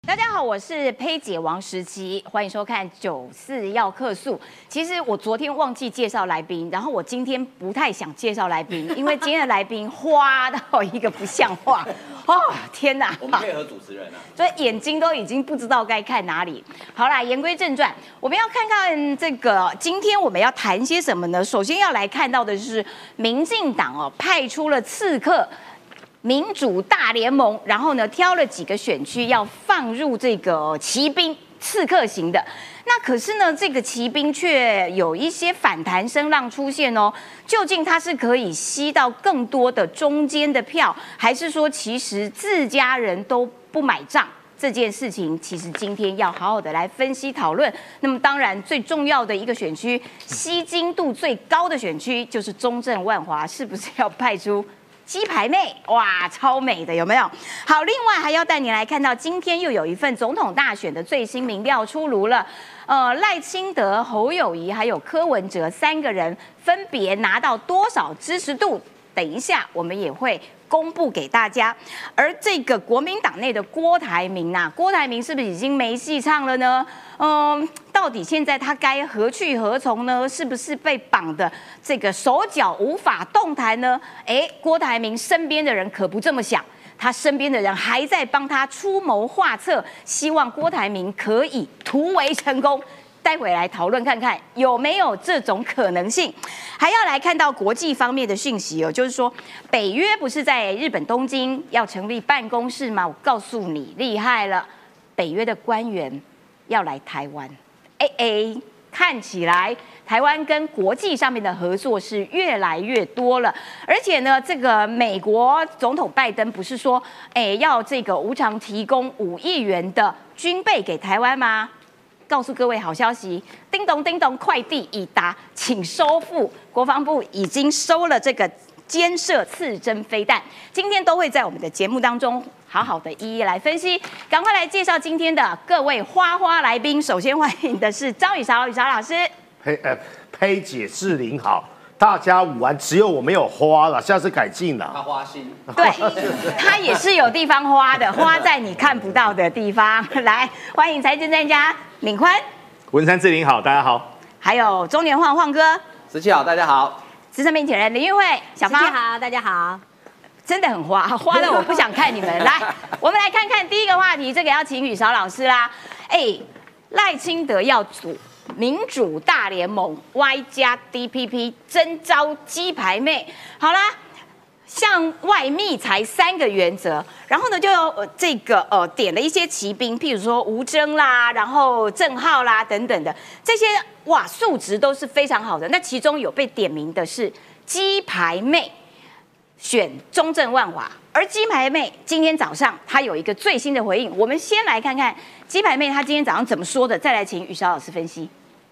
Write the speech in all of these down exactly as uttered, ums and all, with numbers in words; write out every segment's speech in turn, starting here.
大家好，我是佩姐王时琪，欢迎收看九四要客诉。其实我昨天忘记介绍来宾，然后我今天不太想介绍来宾，因为今天的来宾花到一个不像话。哦，天哪！ 我们配合主持人啊， 所以眼睛都已经不知道该看哪里。好啦，言归正传，我们要看看这个今天我们要谈些什么呢？首先要来看到的是民进党哦派出了刺客。民主大联盟，然后呢，挑了几个选区要放入这个骑兵刺客型的。那可是呢，这个骑兵却有一些反弹声浪出现哦。究竟它是可以吸到更多的中间的票，还是说其实自家人都不买账？这件事情其实今天要好好的来分析讨论。那么当然最重要的一个选区，吸金度最高的选区就是中正万华，是不是要派出？鸡排妹，哇，超美的，有没有？好，另外还要带你来看到，今天又有一份总统大选的最新民调出炉了。呃，赖清德、侯友宜还有柯文哲三个人分别拿到多少支持度？等一下我们也会公布给大家。而这个国民党内的郭台铭呐、啊，郭台铭是不是已经没戏唱了呢？嗯，到底现在他该何去何从呢？是不是被绑的这个手脚无法动弹呢？哎，郭台铭身边的人可不这么想，他身边的人还在帮他出谋划策，希望郭台铭可以突围成功。待会来讨论看看有没有这种可能性，还要来看到国际方面的讯息哦，就是说北约不是在日本东京要成立办公室吗？我告诉你，厉害了，北约的官员要来台湾，哎哎，看起来台湾跟国际上面的合作是越来越多了，而且呢，这个美国总统拜登不是说，哎，要这个无偿提供五亿元的军备给台湾吗？告诉各位好消息，叮咚叮咚，快递已达，请收付。国防部已经收了这个肩射刺针飞弹，今天都会在我们的节目当中好好的一一来分析。赶快来介绍今天的各位花花来宾，首先欢迎的是张宇韶，宇韶老师。 佩呃佩姐志玲好，大家午安。只有我没有花了，下次改进了。 他花心， 对，它也是有地方花的，花在你看不到的地方。来，欢迎财政专家敏宽， 文山志玲好，大家好。 还有中年晃晃哥， 十七好，大家好。 资深媒体人林玉慧，小芳好，大家好。 真的很花，花到我不想看你们。来，我们来看看第一个话题，这个要请宇韶老师啦。哎，赖清德要组民主大联盟 Y 加 D P P 征召鸡排妹，好啦。向外密才三个原则，然后呢，就呃这个呃点了一些骑兵，譬如说吴征啦，然后郑浩啦等等的这些，哇，数值都是非常好的。那其中有被点名的是鸡排妹选中正万华，而鸡排妹今天早上她有一个最新的回应，我们先来看看鸡排妹她今天早上怎么说的，再来请宇韶老师分析。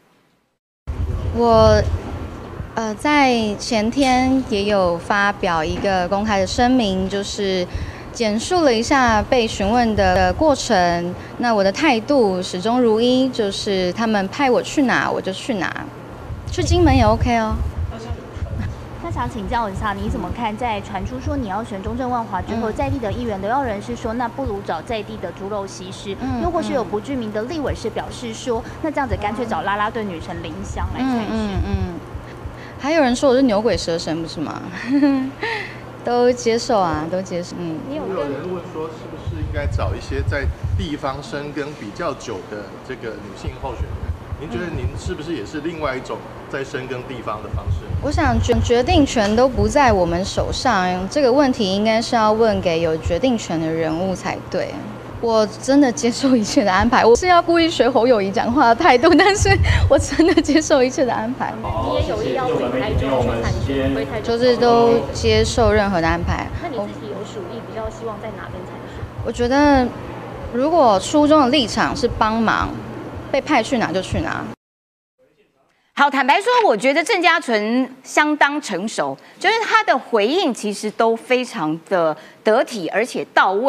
我。呃，在前天也有发表一个公开的声明，就是简述了一下被询问的过程。那我的态度始终如一，就是他们派我去哪我就去哪，去金门也 OK 哦。 那想请教一下，你怎么看？在传出说你要选中正万华之后，嗯、在地的议员刘耀仁是说，那不如找在地的猪肉西施。嗯，又或是有不具名的立委是表示说，那这样子干脆找啦啦队女神林香来参选。嗯嗯嗯还有人说我是牛鬼蛇神，不是吗？都接受啊，都接受。嗯， 有人问说，是不是应该找一些在地方深耕比较久的这个女性候选人？您觉得您是不是也是另外一种在深耕地方的方式？ 我想决决定权都不在我们手上，这个问题应该是要问给有决定权的人物才对。我真的接受一切的安排，我是要故意学侯友宜讲话的态度，但是我真的接受一切的安排。 你也有意要回台中去参选，回台中就是都接受任何的安排。 那你自己有属意比较希望在哪边参选？ 我觉得，如果初衷的立场是帮忙，被派去哪就去哪。 好，坦白说，我觉得郑家纯相当成熟，就是他的回应其实都非常的得体而且到位。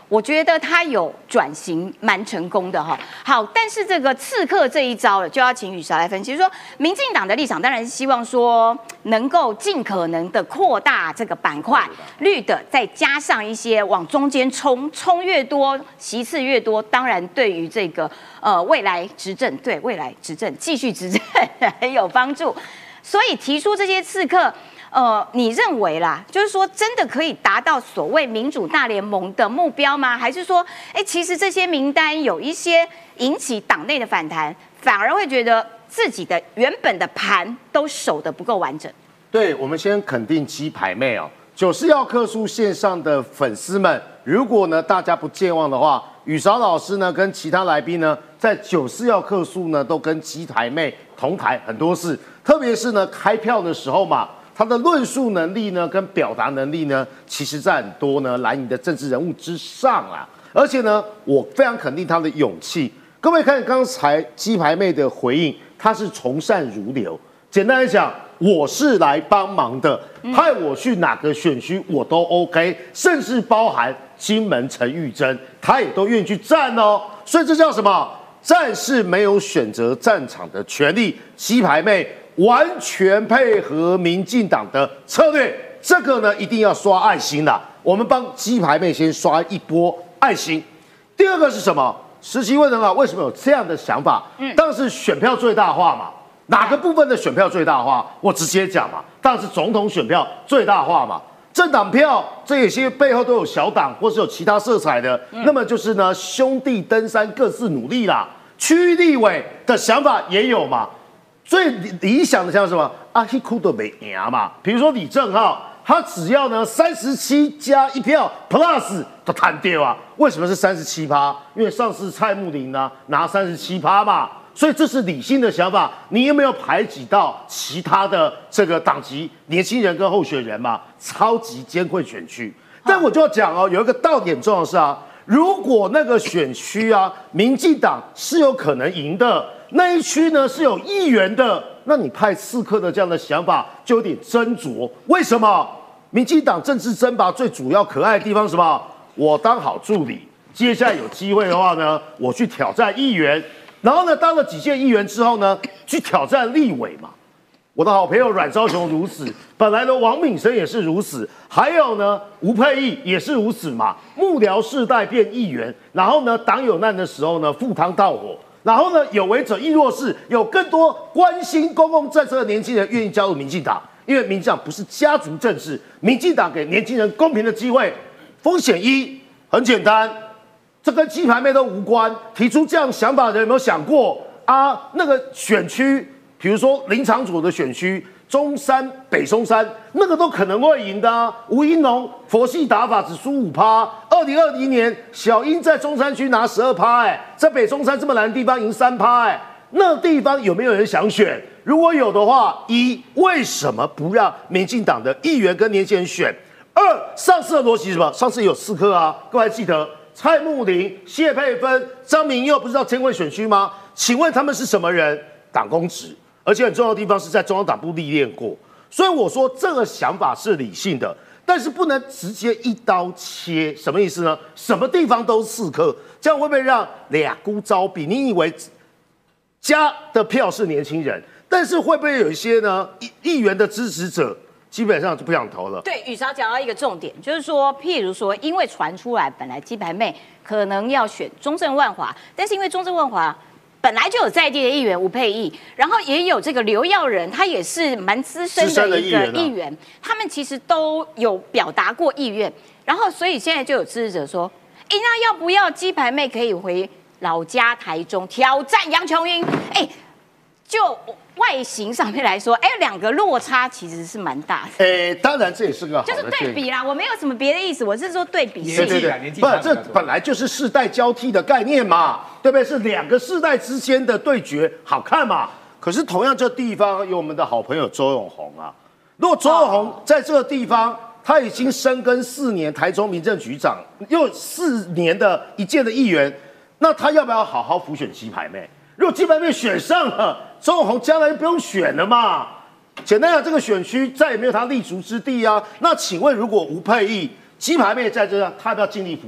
我觉得他有转型蛮成功的哈。好，但是这个刺客这一招就要请宇韶来分析。说民进党的立场当然是希望说能够尽可能的扩大这个板块，绿的再加上一些往中间冲，冲越多席次越多，当然对于这个呃未来执政，对未来执政继续执政很有帮助。所以提出这些刺客。呃，你认为啦，就是说真的可以达到所谓民主大联盟的目标吗？还是说，哎，其实这些名单有一些引起党内的反弹，反而会觉得自己的原本的盘都守得不够完整？ 对，我们先肯定鸡排妹哦，九四要客诉线上的粉丝们，如果呢大家不健忘的话，宇韶老师呢跟其他来宾呢，在九四要客诉呢都跟鸡排妹同台很多次，特别是呢开票的时候嘛。他的论述能力呢，跟表达能力呢，其实在很多呢蓝营的政治人物之上啊。而且呢，我非常肯定他的勇气。各位看刚才鸡排妹的回应，他是从善如流。简单来讲，我是来帮忙的，派我去哪个选区我都 OK， 甚至包含金门陈玉珍，他也都愿意去站哦。所以这叫什么？战士没有选择战场的权利。鸡排妹。完全配合民进党的策略，这个呢一定要刷爱心啦。我们帮鸡排妹先刷一波爱心。第二个是什么？时期问很好，为什么有这样的想法？嗯，当然是选票最大化嘛。哪个部分的选票最大化？我直接讲嘛，当然是总统选票最大化嘛。政党票这些背后都有小党或是有其他色彩的，嗯、那么就是呢兄弟登山各自努力啦。区域立委的想法也有嘛。最理想的像什么？阿希库都没赢嘛。比如说李正浩，他只要呢三十七加一票 plus 都弹掉啊。为什么是三十七趴？因为上次蔡慕林呢拿三十七趴嘛，所以这是理性的想法。你有没有排挤到其他的这个党籍年轻人跟候选人嘛？超级艰困选区。但我就要讲哦，有一个道点重要的是啊，如果那个选区啊，民进党是有可能赢的。那一区呢是有议员的，那你派刺客的这样的想法就有点斟酌。为什么？民进党政治争拔最主要可爱的地方是什么？我当好助理，接下来有机会的话呢，我去挑战议员，然后呢当了几届议员之后呢，去挑战立委嘛。我的好朋友阮昭雄如此，本来的王敏生也是如此，还有呢吴沛忆也是如此嘛。幕僚世代变议员，然后呢党有难的时候呢赴汤蹈火。然后呢，有为者亦若是，有更多关心公共政策的年轻人愿意加入民进党，因为民进党不是家族政治，民进党给年轻人公平的机会。风险一很简单，这跟鸡排妹都无关。提出这样想法的人有没有想过啊？那个选区，比如说林昶佐的选区。中山、北松山那个都可能会赢的、啊。吴怡农佛系打法只输五趴。二零二零年小英在中山区拿十二趴，哎，在北松山这么难的地方赢三趴，哎，那地方有没有人想选？如果有的话，一为什么不让民进党的议员跟年轻人选？二上次的逻辑是什么？上次有刺客啊，各位还记得蔡慕林、谢佩芬、张明佑不是到监会选区吗？请问他们是什么人？党公职。而且很重要的地方是在中央党部历练过，所以我说这个想法是理性的，但是不能直接一刀切。什么意思呢？什么地方都刺客，这样会不会让俩孤招比？你以为加的票是年轻人，但是会不会有一些呢议议员的支持者基本上就不想投了？ 对，宇韶讲到一个重点，就是说，譬如说，因为传出来本来鸡排妹可能要选中正万华，但是因为中正万华。本来就有在地的议员吴沛忆，然后也有这个刘耀仁，他也是蛮资深的一个议员，他们其实都有表达过意愿，然后所以现在就有支持者说，哎，那要不要鸡排妹可以回老家台中挑战杨琼英？哎，就外形上面来说，哎，两个落差其实是蛮大的。 哎，当然这也是个好的就是对比啦，我没有什么别的意思，我是说对比性。 对对对，不，这本来就是世代交替的概念嘛，对不对？是两个世代之间的对决，好看嘛。可是同样这地方有我们的好朋友周永宏啊，如果周永宏在这个地方，他已经深耕四年台中民政局长，又四年的一届的议员，那他要不要好好辅选鸡排妹？如果鸡排妹选上了，周永宏将来就不用选了嘛。简单讲，这个选区再也没有他立足之地啊。那请问，如果吴沛忆、鸡排妹在这样，他要不要尽力辅选？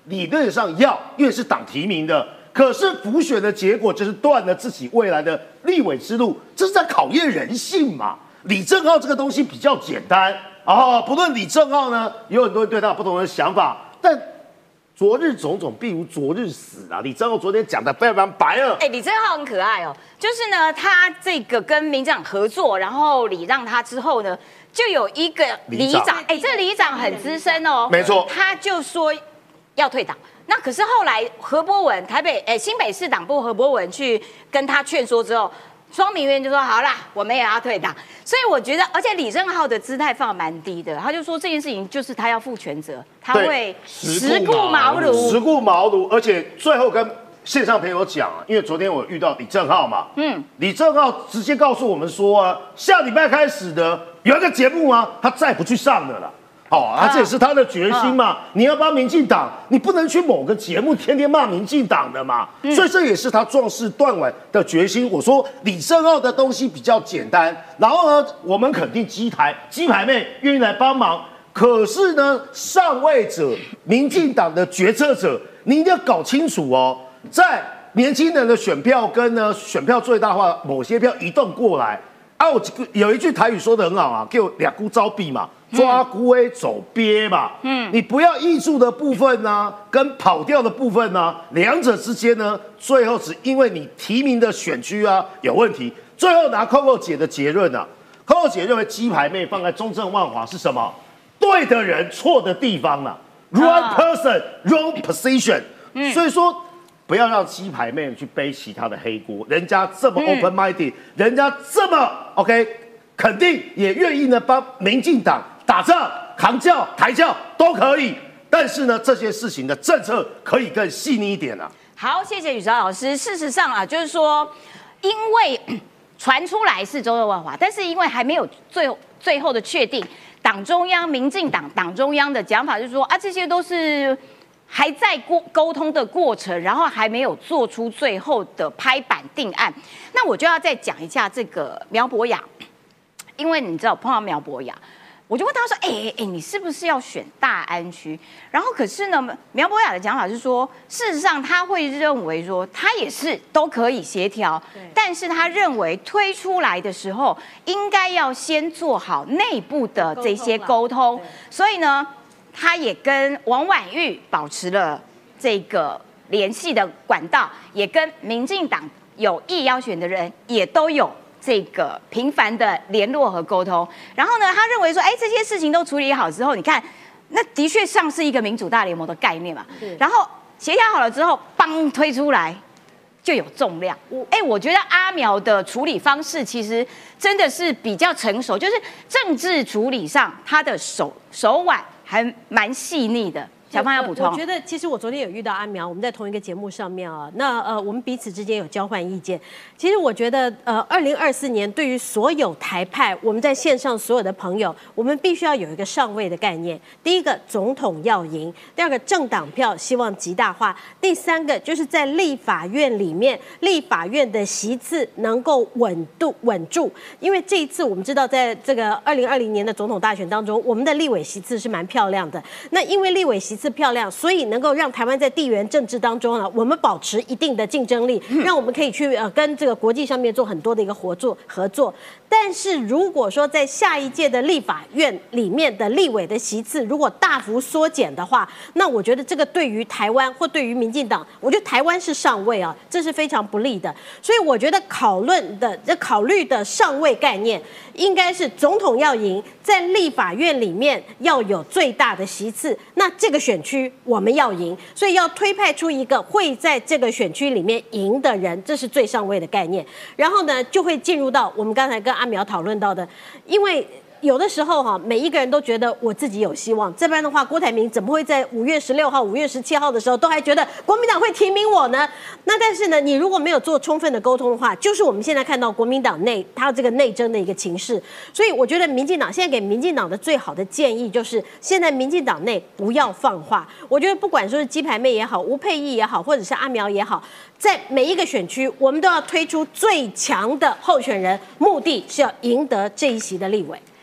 理论上要，因为是党提名的。可是浮选的结果就是断了自己未来的立委之路，这是在考验人性嘛？李正皓这个东西比较简单啊，不论李正皓呢，有很多人对他有不同的想法，但昨日种种必如昨日死啊！李正皓昨天讲的非常白了。 哎，李正皓很可爱哦，就是呢，他这个跟民进党合作，然后礼让他之后呢，就有一个里长，哎，这里长很资深哦， 没错， 他就说要退党。那可是后来何博文，台北哎新北市党部何博文去跟他劝说之后，庄明渊就说好啦，我们也要退党。所以我觉得，而且李正皓的姿态放蛮低的，他就说这件事情就是他要负全责，他会实顾茅庐， 实顾茅庐，而且最后跟线上朋友讲啊，因为昨天我遇到李正皓嘛，嗯，李正皓直接告诉我们说啊，下礼拜开始的有一个节目啊，他再不去上了啦。哦，啊，这也是他的决心嘛。你要帮民进党，你不能去某个节目天天骂民进党的嘛。所以这也是他壮士断腕的决心。我说李正皓的东西比较简单，然后呢，我们肯定鸡排鸡排妹愿意来帮忙。可是呢，上位者、民进党的决策者，你一定要搞清楚哦，在年轻人的选票跟呢选票最大化，某些票移动过来。啊，我有一句台语说得很好啊，给我两股招臂嘛。抓龟走鳖嘛，嗯，你不要挹注的部分呢、啊，跟跑掉的部分呢、啊，两者之间呢，最后只因为你提名的选区啊有问题，最后拿 Coco 姐的结论啊 ，Coco 姐认为鸡排妹放在中正万华是什么？对的人错的地方了、啊、，wrong person wrong position，、嗯、所以说不要让鸡排妹去背其他的黑锅，人家这么 open minded，、嗯、人家这么 OK， 肯定也愿意呢帮民进党。打仗、扛教、抬轿都可以，但是呢，这些事情的政策可以更细腻一点啊。 好，谢谢宇昭老师。事实上啊，就是说，因为传出来是中正万华，但是因为还没有最后最后的确定，党中央、民进党党中央的讲法就是说啊，这些都是还在沟沟通的过程，然后还没有做出最后的拍板定案。那我就要再讲一下这个苗博雅，因为你知道碰到苗博雅。我就问他说：“哎、欸、哎、欸，你是不是要选大安区？”然后可是呢，苗博雅的讲法是说，事实上他会认为说，他也是都可以协调，但是他认为推出来的时候，应该要先做好内部的这些沟通。所以呢，他也跟王婉玉保持了这个联系的管道，也跟民进党有意要选的人也都有。这个频繁的联络和沟通，然后呢，他认为说，哎，这些事情都处理好之后，你看，那的确像是一个民主大联盟的概念嘛。然后协调好了之后，邦推出来就有重量。哎，我觉得阿苗的处理方式其实真的是比较成熟，就是政治处理上他的手手腕还蛮细腻的。小胖要补充， 我觉得其实我昨天有遇到阿苗，我们在同一个节目上面啊，那呃我们彼此之间有交换意见。其实我觉得呃二零二四年对于所有台派，我们在线上所有的朋友，我们必须要有一个上位的概念。第一个，总统要赢；第二个，政党票希望极大化；第三个，就是在立法院里面，立法院的席次能够稳度稳住。因为这一次我们知道，在这个二零二零年的总统大选当中，我们的立委席次是蛮漂亮的。那因为立委席次漂亮，所以能够让台湾在地缘政治当中呢，我们保持一定的竞争力，让我们可以去呃跟这个国际上面做很多的一个合作合作。但是如果说在下一届的立法院里面的立委的席次如果大幅缩减的话，那我觉得这个对于台湾或对于民进党，我觉得台湾是上位啊，这是非常不利的。所以我觉得讨论的这考虑的上位概念，应该是总统要赢，在立法院里面要有最大的席次，那这个选区我们要赢，所以要推派出一个会在这个选区里面赢的人，这是最上位的概念。然后呢，就会进入到我们刚才跟阿苗讨论到的，因为有的时候哈，每一个人都觉得我自己有希望，这般的话，郭台铭怎么会在五月十六号、五月十七号的时候都还觉得国民党会提名我呢？那但是呢，你如果没有做充分的沟通的话，就是我们现在看到国民党内它这个内争的一个情势。所以我觉得民进党现在给民进党的最好的建议就是，现在民进党内不要放话。我觉得不管说是鸡排妹也好，吴佩益也好，或者是阿苗也好，在每一个选区，我们都要推出最强的候选人，目的是要赢得这一席的立委。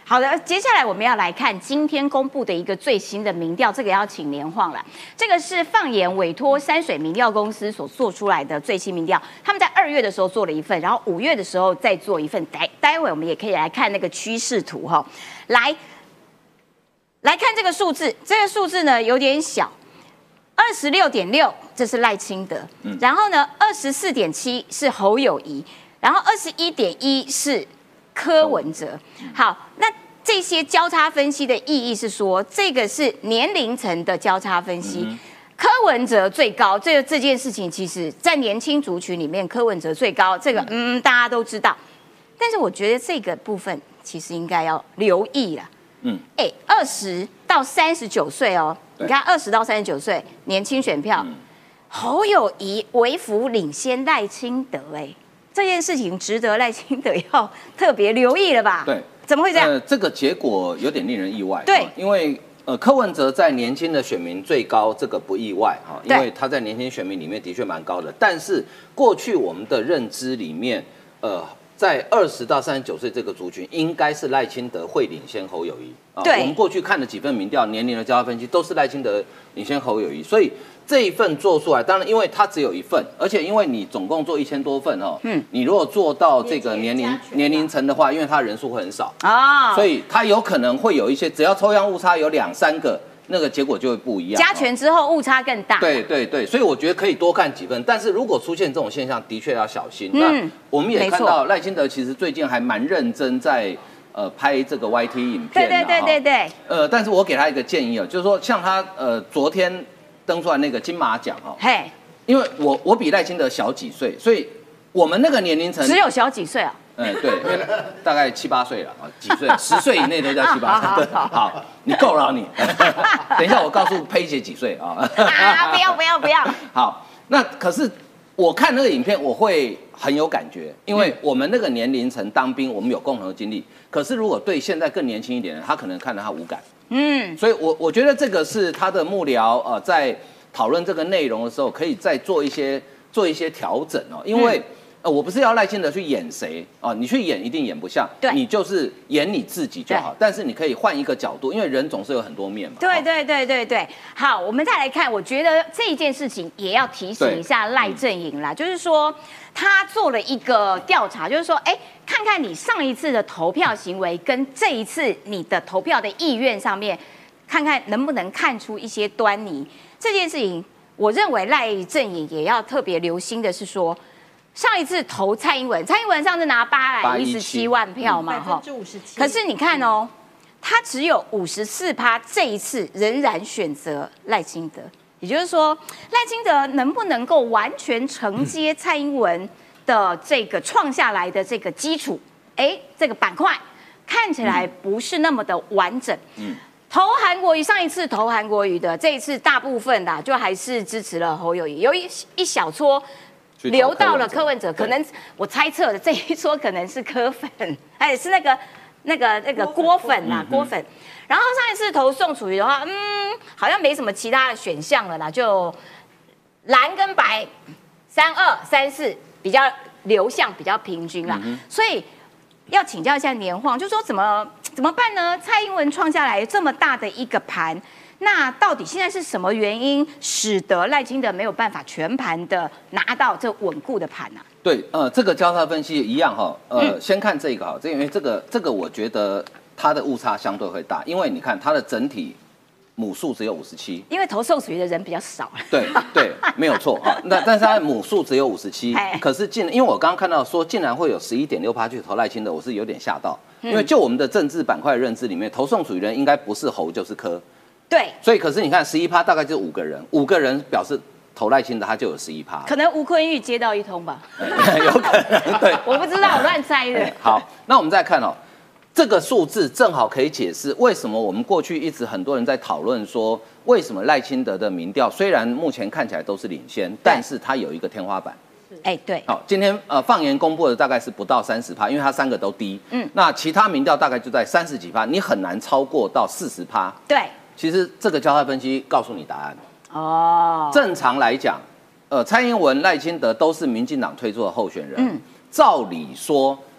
好的，接下来我们要来看今天公布的一个最新的民调，这个要请年晃了。这个是放眼委托山水民调公司所做出来的最新民调，他们在二月的时候做了一份，然后五月的时候再做一份。待待会我们也可以来看那个趋势图哈，来来看这个数字，这个数字呢有点小。二十六点六，这是赖清德，嗯、然后呢，二十四点七是侯友宜，然后二十一点一是柯文哲。好，那这些交叉分析的意义是说，这个是年龄层的交叉分析。嗯、柯文哲最高，这个这件事情其实在年轻族群里面，柯文哲最高，这个嗯大家都知道。但是我觉得这个部分其实应该要留意了。嗯，哎，二十到三十九岁哦。你看，二十到三十九岁年轻选票，嗯、侯友宜微幅领先赖清德，哎，这件事情值得赖清德要特别留意了吧？ 对， 怎么会这样？ 呃，这个结果有点令人意外。 对， 哦、因为呃，柯文哲在年轻的选民最高，这个不意外哈，因为他在年轻选民里面的确蛮高的。但是过去我们的认知里面，呃。在二十到三十九岁这个族群，应该是赖清德会领先侯友宜啊。我们过去看的几份民调，年龄的交叉分析都是赖清德领先侯友宜，所以这一份做出来，当然因为它只有一份，而且因为你总共做一千多份哦，嗯，你如果做到这个年龄年龄层的话，因为它人数会很少啊，所以它有可能会有一些，只要抽样误差有两三个。那个结果就会不一样， 加权之后误差更大。 对对对，所以我觉得可以多看几份，但是如果出现这种现象，的确要小心。嗯、那我们也看到赖清德其实最近还蛮认真在呃拍这个 Y T 影片， 对对对对对。 呃，但是我给他一个建议哦，就是说像他呃昨天登出来那个金马奖哦，嘿，因为我我比赖清德小几岁，所以我们那个年龄层只有小几岁啊。 嗯，对，因为大概七八岁了啊，几岁？十岁以内都叫七八岁。好，你够了你。等一下我告诉佩姐几岁啊？ 啊，不要不要不要。 好，那可是我看那个影片，我会很有感觉，因为我们那个年龄层当兵，我们有共同的经历。可是如果对现在更年轻一点的，他可能看得他无感。嗯，所以我我觉得这个是他的幕僚呃在讨论这个内容的时候，可以再做一些做一些调整哦，因为。嗯呃，我不是要赖清德去演谁啊，你去演一定演不像，你就是演你自己就好。但是你可以换一个角度，因为人总是有很多面嘛。 对对对对对，好，我们再来看，我觉得这一件事情也要提醒一下赖阵营啦，就是说他做了一个调查，就是说，哎，看看你上一次的投票行为跟这一次你的投票的意愿上面，看看能不能看出一些端倪。这件事情，我认为赖阵营也要特别留心的是说。上一次投蔡英文，蔡英文上次拿八百一十七万票嘛，哈，百分之五十七。可是你看哦，他只有五十四趴，这一次仍然选择赖清德，也就是说，赖清德能不能够完全承接蔡英文的这个创下来的这个基础？哎，这个板块看起来不是那么的完整。嗯。投韩国瑜，上一次投韩国瑜的，这一次大部分的就还是支持了侯友宜，有一一小撮。流到了柯文哲，可能我猜测的这一撮可能是柯粉，哎，是那个那个那个郭粉啦，郭粉。然后上一次投宋楚瑜的话，嗯，好像没什么其他的选项了啦，就蓝跟白，三二三四比较流向比较平均啦，所以要请教一下年晃，就说怎么怎么办呢？蔡英文创下来这么大的一个盘。那到底现在是什么原因使得赖清德没有办法全盘的拿到这稳固的盘呢、啊？ 对，呃，这个交叉分析一样哈，呃，嗯、先看这个哈，这因为这个这个我觉得它的误差相对会大，因为你看它的整体母数只有五十七， 因为投宋楚瑜的人比较少。 对对，没有错哈。那但是它的母数只有五十七，可是竟因为我刚刚看到说竟然会有十一点六趴去投赖清德，我是有点吓到，因为就我们的政治板块认知里面，投宋楚瑜的人应该不是侯就是柯。 对， 所以可是你看，十一趴大概就是五个人，五个人表示投赖清德，他就有十一趴。 可能吴坤玉接到一通吧， 有可能对， 我不知道，我乱猜的。 好，那我们再看哦，这个数字正好可以解释为什么我们过去一直很多人在讨论说，为什么赖清德的民调虽然目前看起来都是领先，但是它有一个天花板。 哎，对。 好，今天呃放言公布的大概是不到三十趴，因为它三个都低。嗯。那其他民调大概就在三十几趴，你很难超过到四十趴。 对。 其实这个交叉分析告诉你答案哦。正常来讲，呃，蔡英文、赖清德都是民进党推出的候选人。嗯。照理说，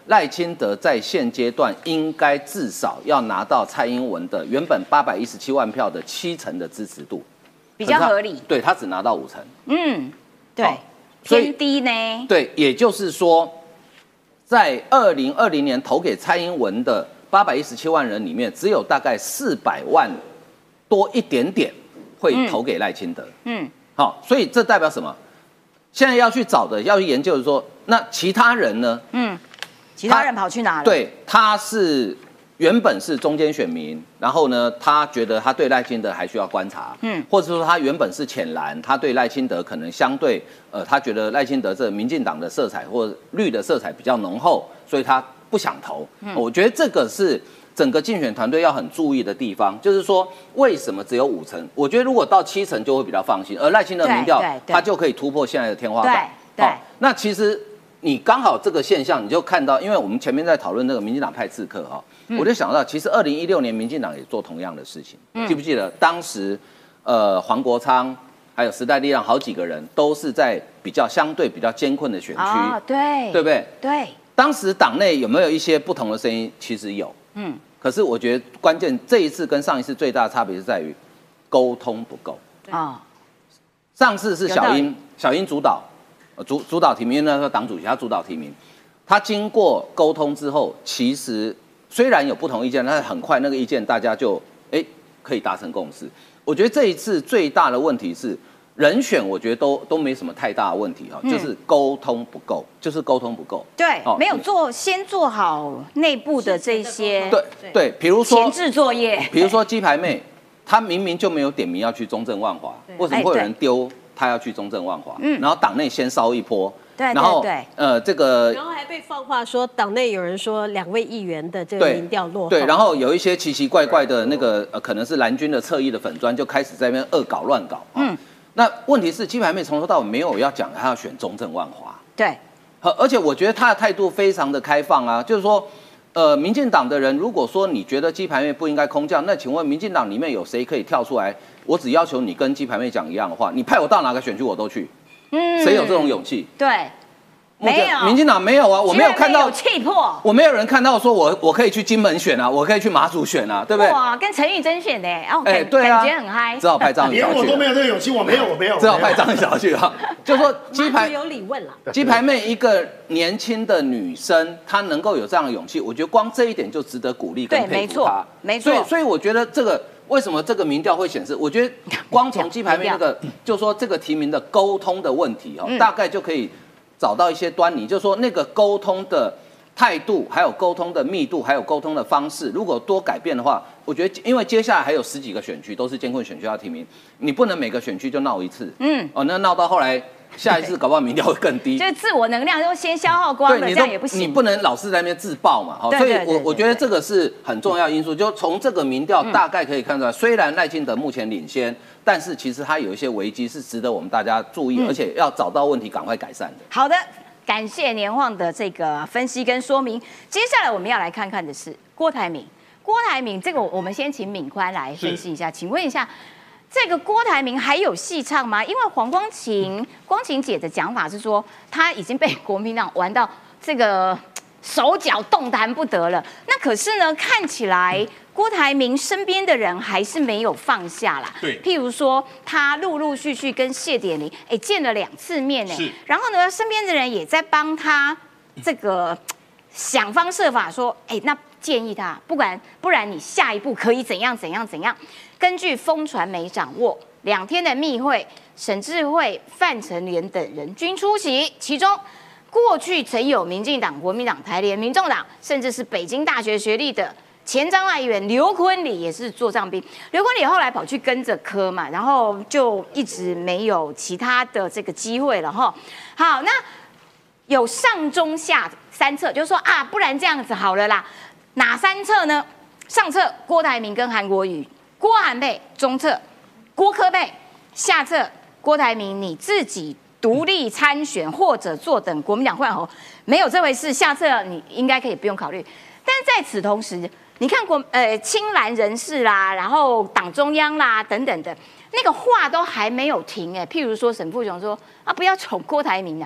赖清德在现阶段应该至少要拿到蔡英文的原本八百一十七万票的七成的支持度， 比较合理。 对他只拿到五成， 嗯，对， 所以偏低呢。 对，也就是说，在二零二零年投给蔡英文的八百一十七万人里面，只有大概四百万多一点点会投给赖清德。嗯，好，所以这代表什么？现在要去找的，要去研究的说，那其他人呢？嗯， 其他人跑去哪了？ 对，他是原本是中间选民，然后呢，他觉得他对赖清德还需要观察，嗯，或者说他原本是浅蓝，他对赖清德可能相对，呃，他觉得赖清德这民进党的色彩或绿的色彩比较浓厚，所以他不想投。嗯，我觉得这个是整个竞选团队要很注意的地方，就是说为什么只有五成？我觉得如果到七成就会比较放心，而赖清德民调他就可以突破现在的天花板。 对， 好，那其实你刚好这个现象，你就看到，因为我们前面在讨论那个民进党派刺客哈，嗯、我就想到，其实二零一六年民进党也做同样的事情，嗯、记不记得当时呃黄国昌还有时代力量好几个人都是在比较相对比较艰困的选区， 哦，对， 对不对？ 对。 当时党内有没有一些不同的声音？其实有，嗯，可是我觉得关键这一次跟上一次最大的差别是在于沟通不够啊。上次是小英，小英主导，主主导提名，因为那时候党主席他主导提名，他经过沟通之后，其实虽然有不同意见，但是很快那个意见大家就哎可以达成共识。我觉得这一次最大的问题是。人选我觉得都都没什么太大的问题哈，嗯、就是沟通不够，就是沟通不够。 对，哦、没有做先做好内部的这些对对，比如说前置作业， 比如说鸡排妹，她明明就没有点名要去中正万华，为什么会有人丢她要去中正万华？嗯，然后党内先烧一波。 对， 然后对呃这个， 然后还被放话说党内有人说两位议员的这个民调落后， 对，然后有一些奇奇怪怪的那个呃可能是蓝军的侧翼的粉专就开始在那边恶搞乱搞，嗯。那问题是，鸡排妹从头到尾没有要讲她要选中正万华， 对， 而且我觉得她的态度非常的开放啊，就是说，呃，民进党的人如果说你觉得鸡排妹不应该空降，那请问民进党里面有谁可以跳出来？我只要求你跟鸡排妹讲一样的话，你派我到哪个选区我都去，嗯，谁有这种勇气？ 对。没有， 民进党没有啊，我没有看到气魄， 我没有人看到说我我可以去金门选啊，我可以去马祖选啊，对不对？ 哇，跟陈玉珍选的，哦， 哎，对啊， 感觉很嗨， 只好派张宇连我都没有这个勇气，我没有，我没有， 只好派张宇小去啊，就说鸡排有理问了， 鸡排妹一个年轻的女生，她能够有这样的勇气，我觉得光这一点就值得鼓励跟佩服她， 没错， 所以所以我觉得这个。为什么这个民调会显示？我觉得光从鸡排妹那个，就说这个提名的沟通的问题哦，大概就可以找到一些端倪。就是说那个沟通的态度，还有沟通的密度，还有沟通的方式，如果多改变的话，我觉得因为接下来还有十几个选区都是艰困选区要提名，你不能每个选区就闹一次，嗯，哦，那闹到后来。下一次搞不好民调会更低， 就是自我能量都先消耗光了，这样也不行。 你不能老是在那边自爆嘛，好，所以我我觉得这个是很重要因素。就从这个民调大概可以看出来，虽然赖清德目前领先，但是其实他有一些危机是值得我们大家注意，而且要找到问题赶快改善的。 好的，感谢年晃的这个分析跟说明。接下来我们要来看看的是郭台铭。郭台铭这个我们先请敏宽来分析一下，请问一下。这个郭台铭还有戏唱吗？因为黄光芹光芹姐的讲法是说，他已经被国民党玩到这个手脚动弹不得了。那可是呢，看起来郭台铭身边的人还是没有放下啦。 对， 譬如说他陆陆续续跟谢点玲哎见了两次面哎，然后呢，身边的人也在帮他这个想方设法说，哎，那建议他，不管不然你下一步可以怎样怎样怎样。根据风传媒掌握，两天的密会，沈智慧、范成廉等人均出席。其中，过去曾有民进党、国民党、台联、民众党，甚至是北京大学学历的前彰化议员刘坤礼也是座上宾。刘坤礼后来跑去跟着柯嘛，然后就一直没有其他的这个机会了哈。好，那有上中下三策，就是说啊，不然这样子好了啦。哪三策呢？上策郭台铭跟韩国瑜。郭韩配中策，郭柯配下策，郭台铭你自己独立参选或者坐等国民党换候，没有这回事。下策你应该可以不用考虑。但在此同时，你看国呃青蓝人士啦，然后党中央啦等等的那个话都还没有停哎。譬如说沈富雄说啊，不要宠郭台铭了，太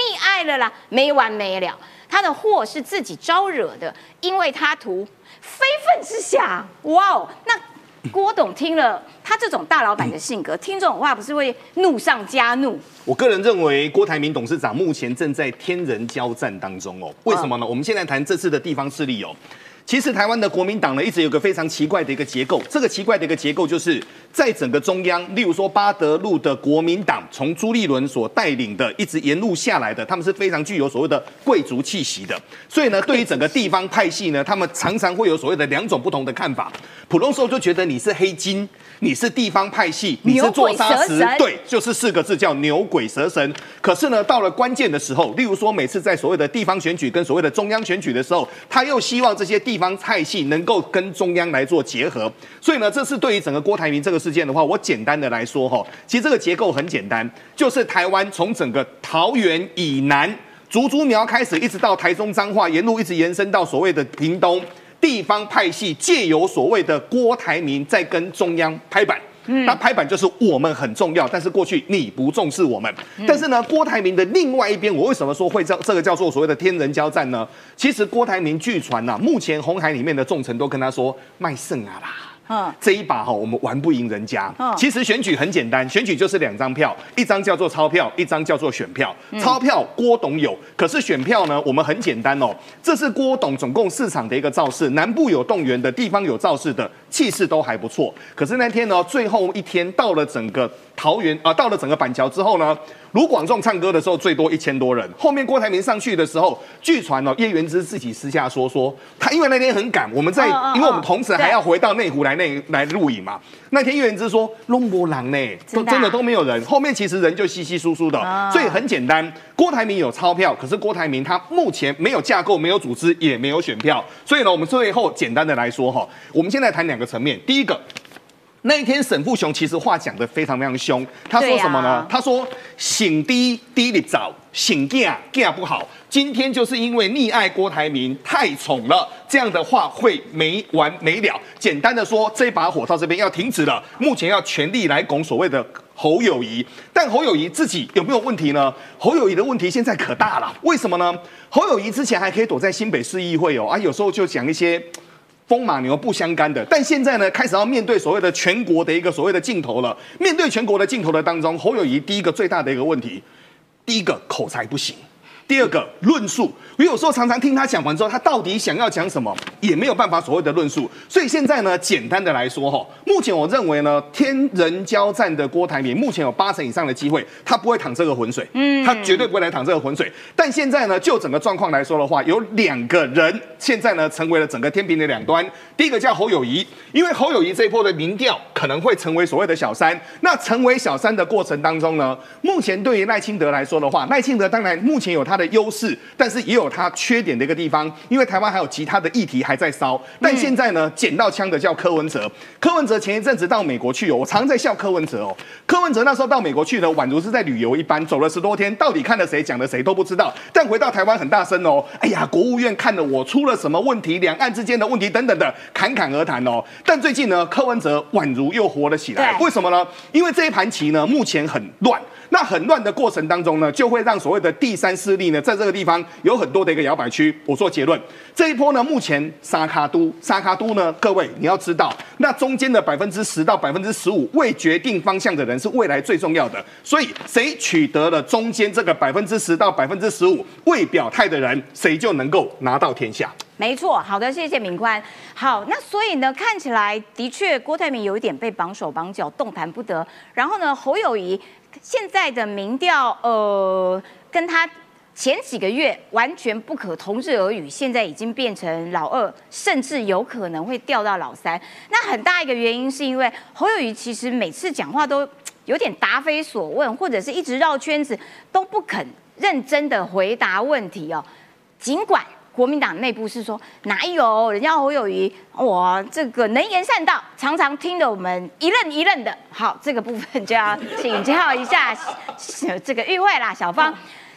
溺爱了啦，没完没了。他的祸是自己招惹的，因为他图非分之想。哇哦，那郭董听了他这种大老板的性格，听这种话不是会怒上加怒？ 我个人认为，郭台铭董事长目前正在天人交战当中哦。为什么呢？我们现在谈这次的地方势力哦。其实台湾的国民党呢，一直有个非常奇怪的一个结构。这个奇怪的一个结构，就是在整个中央，例如说八德路的国民党，从朱立伦所带领的，一直沿路下来的，他们是非常具有所谓的贵族气息的。所以呢，对于整个地方派系呢，他们常常会有所谓的两种不同的看法。普通时候就觉得你是黑金，你是地方派系，你是做砂石，对，就是四个字叫牛鬼蛇神。可是呢，到了关键的时候，例如说每次在所谓的地方选举跟所谓的中央选举的时候，他又希望这些地方派系能够跟中央来做结合。所以呢，这是对于整个郭台铭这个事件的话，我简单的来说哈，其实这个结构很简单，就是台湾从整个桃园以南竹竹苗开始，一直到台中彰化，沿路一直延伸到所谓的屏东。地方派系借由所谓的郭台铭在跟中央拍板，嗯、那拍板就是我们很重要，但是过去你不重视我们。嗯、但是呢，郭台铭的另外一边，我为什么说会这这个叫做所谓的天人交战呢？其实郭台铭据传呐、啊，目前红海里面的重臣都跟他说卖肾啊啦。嗯，这一把哈，我们玩不赢人家。嗯，其实选举很简单，选举就是两张票，一张叫做钞票，一张叫做选票。嗯、钞票郭董有，可是选票呢，我们很简单哦，这是郭董总共四场的一个造势，南部有动员的，地方有造势的，气势都还不错。可是那天呢，最后一天到了整个桃园啊、呃，到了整个板桥之后呢，卢广仲唱歌的时候最多一千多人，后面郭台铭上去的时候，据传哦，叶元之自己私下说说，他因为那天很赶，我们在，哦哦哦因为我们同时还要回到内湖来内来录影嘛。那天叶元之说弄不狼呢，都真的都没有人，后面其实人就稀稀疏疏的，哦、所以很简单，郭台铭有钞票，可是郭台铭他目前没有架构，没有组织，也没有选票，所以呢，我们最后简单的来说哈，我们现在谈两个层面，第一个。那一天，沈富雄其实话讲得非常非常凶。他说什么呢？啊、他说：“醒低低的早，醒架架不好。今天就是因为溺爱郭台铭太宠了，这样的话会没完没了。简单的说，这把火到这边要停止了。目前要全力来拱所谓的侯友宜，但侯友宜自己有没有问题呢？侯友宜的问题现在可大了。为什么呢？侯友宜之前还可以躲在新北市议会哦，啊，有时候就讲一些。”风马牛不相干的，但现在呢，开始要面对所谓的全国的一个所谓的镜头了。面对全国的镜头的当中，侯友宜第一个最大的一个问题，第一个口才不行，第二个论述。我有时候常常听他讲完之后，他到底想要讲什么，也没有办法所谓的论述。所以现在呢，简单的来说哈，目前我认为呢，天人交战的郭台铭，目前有八成以上的机会，他不会淌这个浑水，嗯，他绝对不会来淌这个浑水。但现在呢，就整个状况来说的话，有两个人现在呢，成为了整个天平的两端。第一个叫侯友宜，因为侯友宜这一波的民调可能会成为所谓的小三。那成为小三的过程当中呢，目前对于赖清德来说的话，赖清德当然目前有他的优势，但是也有他缺点的一个地方，因为台湾还有其他的议题还在烧。但现在呢，捡到枪的叫柯文哲。柯文哲前一阵子到美国去哦，我常在笑柯文哲哦。柯文哲那时候到美国去呢，宛如是在旅游一般，走了十多天，到底看了谁讲了谁都不知道。但回到台湾很大声哦，哎呀，国务院看了我出了什么问题，两岸之间的问题等等的，侃侃而谈哦。但最近呢，柯文哲宛如又活了起来，为什么呢？因为这一盘棋呢，目前很乱。那很乱的过程当中呢，就会让所谓的第三势力呢，在这个地方有很多的一个摇摆区。我做结论，这一波呢，目前沙卡都，沙卡都呢，各位你要知道，那中间的百分之十到百分之十五未决定方向的人是未来最重要的。所以谁取得了中间这个百分之十到百分之十五未表态的人，谁就能够拿到天下。 没错，好的，谢谢敏宽。好，那所以呢，看起来的确郭台铭有一点被绑手绑脚，动弹不得。然后呢，侯友宜现在的民调，呃，跟他前几个月完全不可同日而语，现在已经变成老二，甚至有可能会掉到老三。那很大一个原因是因为侯友宜其实每次讲话都有点答非所问，或者是一直绕圈子，都不肯认真的回答问题哦。尽管国民党内部是说哪有人家侯友宜，哇，这个能言善道，常常听得我们一愣一愣的。好，这个部分就要请教一下这个玉慧啦，小芳。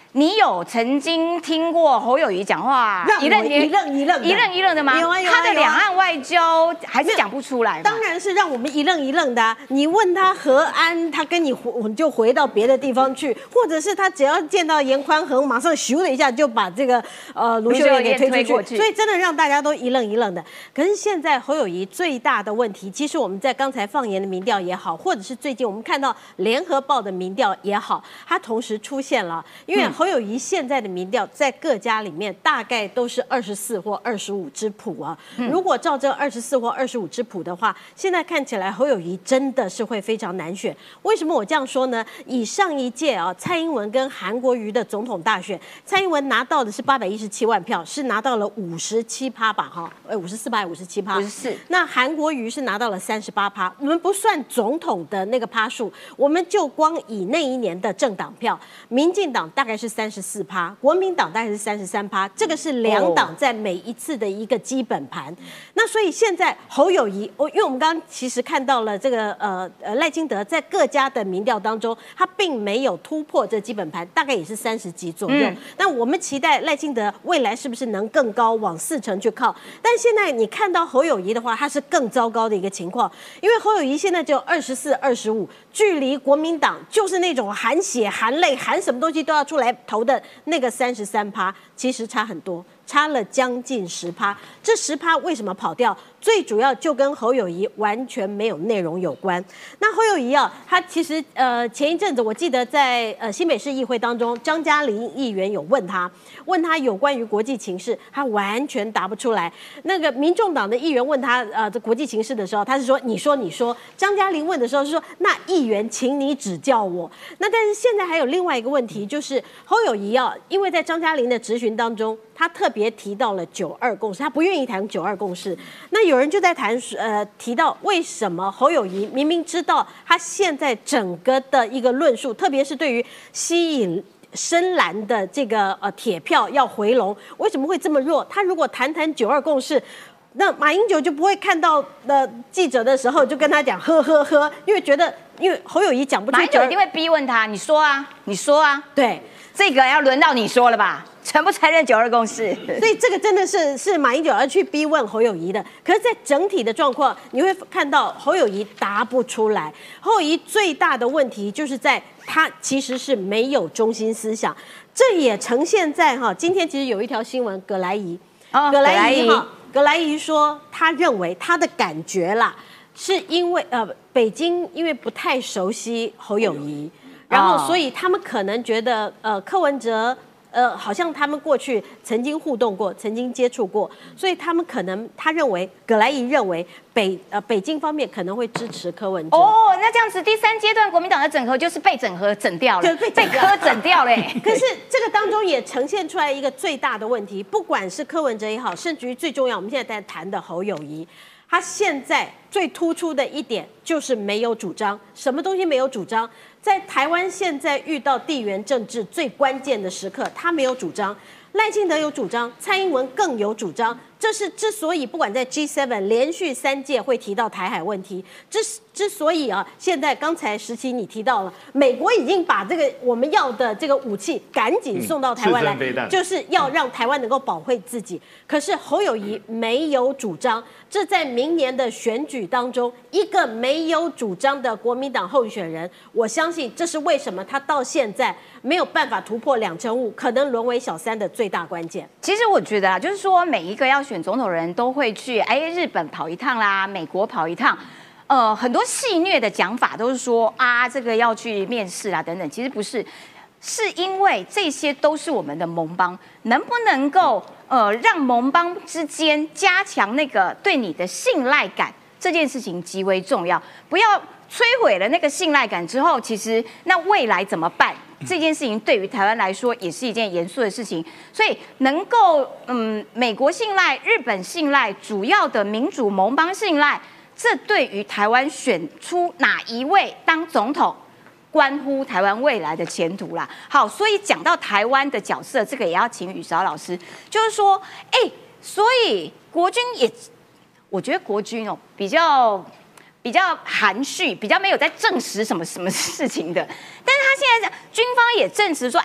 你有曾经听过侯友宜讲话一愣一愣一愣一愣一愣的吗？ 有啊有啊他的两岸外交还是讲不出来。 当然是让我们一愣一愣的、啊。你问他和安，他跟你回就回到别的地方去，或者是他只要见到严宽恒，马上咻的一下就把这个呃卢秀燕给推出去，所以真的让大家都一愣一愣的。可是现在侯友宜最大的问题，其实我们在刚才放言的民调也好，或者是最近我们看到联合报的民调也好，它同时出现了，因为侯友宜现在的民调在各家里面大概都是二十四或二十五之谱啊。嗯、如果照这二十四或二十五之谱的话，现在看起来侯友宜真的是会非常难选。为什么我这样说呢？以上一届啊，蔡英文跟韩国瑜的总统大选，蔡英文拿到的是八百一十七万票，是拿到了五十七趴吧？哈，哎，五十四趴，五十七趴，五十四。那韩国瑜是拿到了三十八趴。我们不算总统的那个趴数，我们就光以那一年的政党票，民进党大概是三十四趴，国民党大概是三十三趴，这个是两党在每一次的一个基本盘。那所以现在侯友宜，我因为我们刚刚其实看到了这个呃呃赖清德在各家的民调当中，他并没有突破这基本盘，大概也是三十几左右。嗯、那我们期待赖清德未来是不是能更高，往四成去靠？但现在你看到侯友宜的话，他是更糟糕的一个情况，因为侯友宜现在只有二十四、二十五，距离国民党就是那种含血、含泪、含什么东西都要出来投的那个三十三趴，其实差很多。差了将近十趴，这十趴为什么跑掉？最主要就跟侯友宜完全没有内容有关。那侯友宜啊，他其实呃前一阵子我记得在呃新北市议会当中，张嘉玲议员有问他，问他有关于国际情势，他完全答不出来。那个民众党的议员问他呃这国际情势的时候，他是说你说你说。张嘉玲问的时候是说那议员请你指教我。那但是现在还有另外一个问题，就是侯友宜啊，因为在张嘉玲的质询当中，他特别别提到了九二共识，他不愿意谈九二共识。那有人就在谈，呃，提到为什么侯友宜明明知道他现在整个的一个论述，特别是对于吸引深蓝的这个呃铁票要回笼，为什么会这么弱？他如果谈谈九二共识，那马英九就不会看到的记者的时候就跟他讲呵呵呵，因为觉得因为侯友宜讲不出， 马英九一定会逼问他，你说啊，你说啊， 对， 这个要轮到你说了吧？承不承认九二共识？ 所以这个真的是是马英九要去逼问侯友宜的。可是，在整体的状况，你会看到侯友宜答不出来。侯友宜最大的问题就是在他其实是没有中心思想，这也呈现在哈。今天其实有一条新闻，葛莱仪， 哦， 葛莱仪哈，葛莱仪说，他认为他的感觉啦，是因为呃北京因为不太熟悉侯友宜，然后所以他们可能觉得呃柯文哲。呃，好像他们过去曾经互动过，曾经接触过，所以他们可能他认为葛莱仪认为北呃北京方面可能会支持柯文哲。 哦，那这样子第三阶段国民党的整合就是被整合整掉了， 就被被柯整掉了。 可是这个当中也呈现出来一个最大的问题，不管是柯文哲也好，甚至于最重要，我们现在在谈的侯友宜。他现在最突出的一点就是没有主张，什么东西没有主张？在台湾现在遇到地缘政治最关键的时刻，他没有主张。赖清德有主张，蔡英文更有主张。这是之所以不管在 G 七 连续三届会提到台海问题，之之所以啊，现在刚才时期你提到了，美国已经把这个我们要的这个武器赶紧送到台湾来，嗯、就是要让台湾能够保卫自己。可是侯友宜没有主张，这在明年的选举当中，一个没有主张的国民党候选人，我相信这是为什么他到现在没有办法突破两成五，可能沦为小三的最大关键。 其实我觉得啊，就是说每一个要选总统人都会去，哎，日本跑一趟啦，美国跑一趟，呃，很多戏谑的讲法都是说啊，这个要去面试啦等等，其实不是，是因为这些都是我们的盟邦，能不能够呃让盟邦之间加强那个对你的信赖感，这件事情极为重要，不要摧毁了那个信赖感之后，其实那未来怎么办？这件事情对于台湾来说也是一件严肃的事情，所以能够嗯，美国信赖、日本信赖、主要的民主盟邦信赖，这对于台湾选出哪一位当总统，关乎台湾未来的前途啦。好，所以讲到台湾的角色，这个也要请宇韶老师，就是说，哎，所以国军也，我觉得国军哦比较。比较含蓄，比较没有在证实什么什么事情的，但是他现在军方也证实说，哎，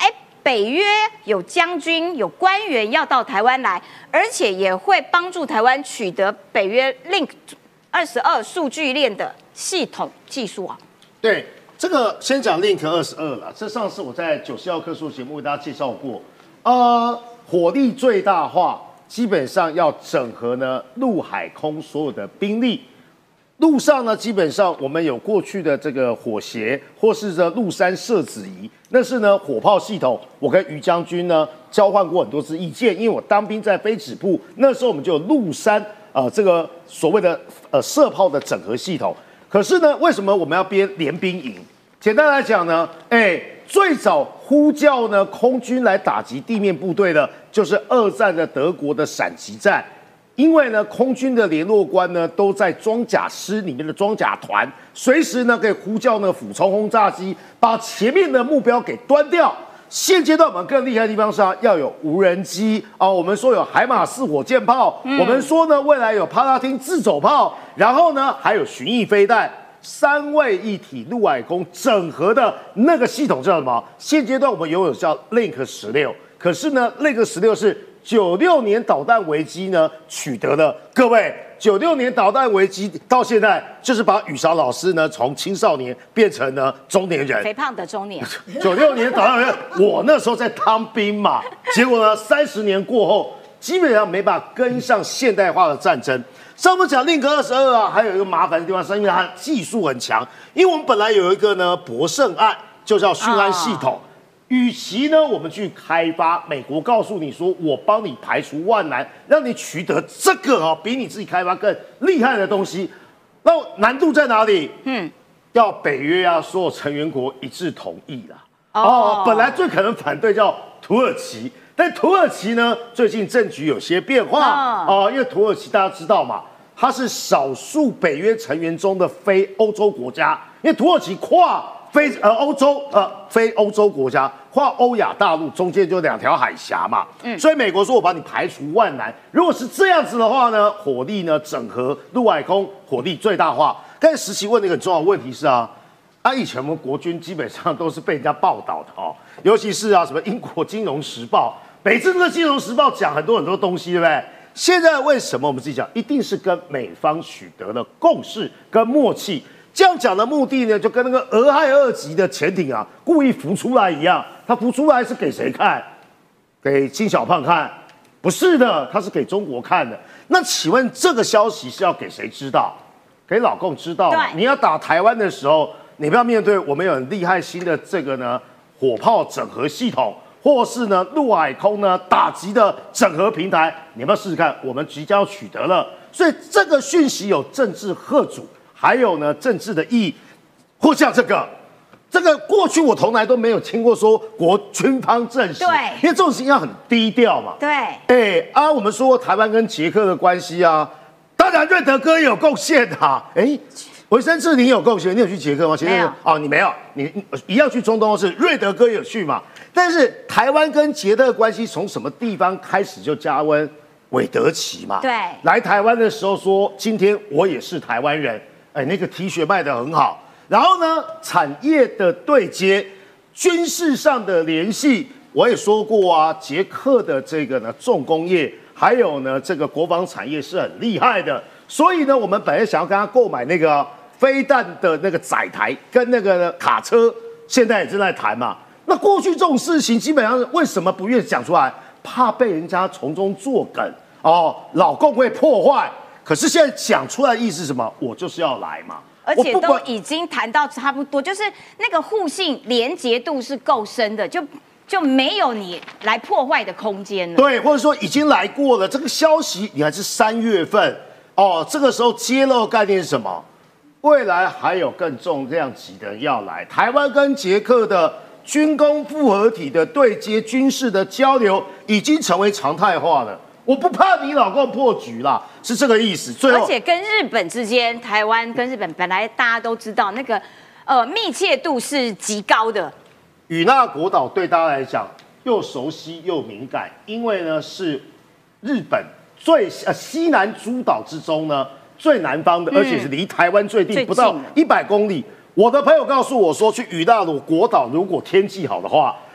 北约有将军、有官员要到台湾来，而且也会帮助台湾取得北约 Link 二十二数据链的系统技术啊。 对，这个先讲 Link 二十二了。这上次我在九十号课数节目为大家介绍过，呃，火力最大化，基本上要整合呢陆海空所有的兵力。陆上呢，基本上我们有过去的这个火协，或是这陆山射子仪，那是呢火炮系统。我跟于将军呢交换过很多次意见，因为我当兵在飞指部，那时候我们就有陆山呃这个所谓的呃射炮的整合系统。可是呢，为什么我们要编联兵营？简单来讲呢，哎，最早呼叫呢空军来打击地面部队的，就是二战的德国的闪击战。因为呢，空军的联络官呢都在装甲师里面的装甲团，随时呢可以呼叫那个俯冲轰炸机，把前面的目标给端掉。现阶段我们更厉害的地方是啊，要有无人机啊，我们说有海马式火箭炮，嗯、我们说呢未来有帕拉汀自走炮，然后呢还有巡弋飞弹，三位一体陆海空整合的那个系统叫什么？现阶段我们拥有叫 Link 十六，可是呢 Link 十六是九六年导弹危机呢取得的，各位，九六年导弹危机到现在就是把宇韶老师呢从青少年变成呢中年人， 肥胖的中年。 九六年导弹危机，我那时候在当兵嘛，结果呢三十年过后，基本上没办法跟上现代化的战争。上面讲 Link 二十二啊，还有一个麻烦的地方是因为它技术很强，因为我们本来有一个呢博胜案，就叫讯安系统。哦，与其呢，我们去开发，美国告诉你说，我帮你排除万难，让你取得这个哦，比你自己开发更厉害的东西，那难度在哪里？嗯，要北约啊，所有成员国一致同意啦。哦，哦本来最可能反对叫土耳其，但土耳其呢，最近政局有些变化哦，因为土耳其大家知道嘛，它是少数北约成员中的非欧洲国家，因为土耳其跨。非呃欧洲呃非欧洲国家跨欧亚大陆中间就两条海峡嘛，嗯，所以美国说我把你排除万难。如果是这样子的话呢，火力呢整合陆海空火力最大化。但是时期问的一个很重要的问题是啊，啊以前我们国军基本上都是被人家报道的哦，尤其是啊什么英国金融时报，每次这个金融时报讲很多很多东西，对不对？现在为什么我们自己讲，一定是跟美方取得了共识跟默契。这样讲的目的呢，就跟那个俄亥俄级的潜艇啊，故意浮出来一样。它浮出来是给谁看？给金小胖看？不是的，它是给中国看的。那请问这个消息是要给谁知道？给老共知道嘛？你要打台湾的时候，你不要面对我们有很厉害新的这个呢火炮整合系统，或是呢陆海空呢打击的整合平台，你要不要试试看？我们即将要取得了，所以这个讯息有政治贺主。还有呢，政治的意义，或像这个，这个过去我从来都没有听过说国军方证实， 对， 因为这种事情要很低调嘛， 对， 哎啊，我们说台湾跟捷克的关系啊，当然瑞德哥也有贡献啊，哎，维生志你有贡献，你有去捷克吗？ 没有， 哦，你没有，你一样去中东是瑞德哥也有去嘛，但是台湾跟捷克的关系从什么地方开始就加温？韦德奇嘛， 对， 来台湾的时候说，今天我也是台湾人。哎，那个 T 恤卖得很好，然后呢，产业的对接，军事上的联系，我也说过啊，捷克的这个呢重工业，还有呢这个国防产业是很厉害的，所以呢，我们本来想要跟他购买那个飞弹的那个载台跟那个卡车，现在也正在谈嘛。那过去这种事情，基本上为什么不愿意讲出来？怕被人家从中作梗哦，老共会破坏。可是现在讲出来的意思是什么？我就是要来嘛， 而且都已经谈到差不多，就是那个互信连结度是够深的，就就没有你来破坏的空间了。 对，或者说已经来过了。这个消息你还是三月份哦，这个时候揭露概念是什么？未来还有更重量级的人要来，台湾跟捷克的军工复合体的对接军事的交流已经成为常态化了。我不怕你老共破局啦，是这个意思。最后， 而且跟日本之间，台湾跟日本本来大家都知道那个呃密切度是极高的。 与那国岛对大家来讲又熟悉又敏感，因为呢是日本最呃西南诸岛之中呢最南方的，嗯、而且是离台湾最近，不到一百公里。我的朋友告诉我说，去与那国岛如果天气好的话，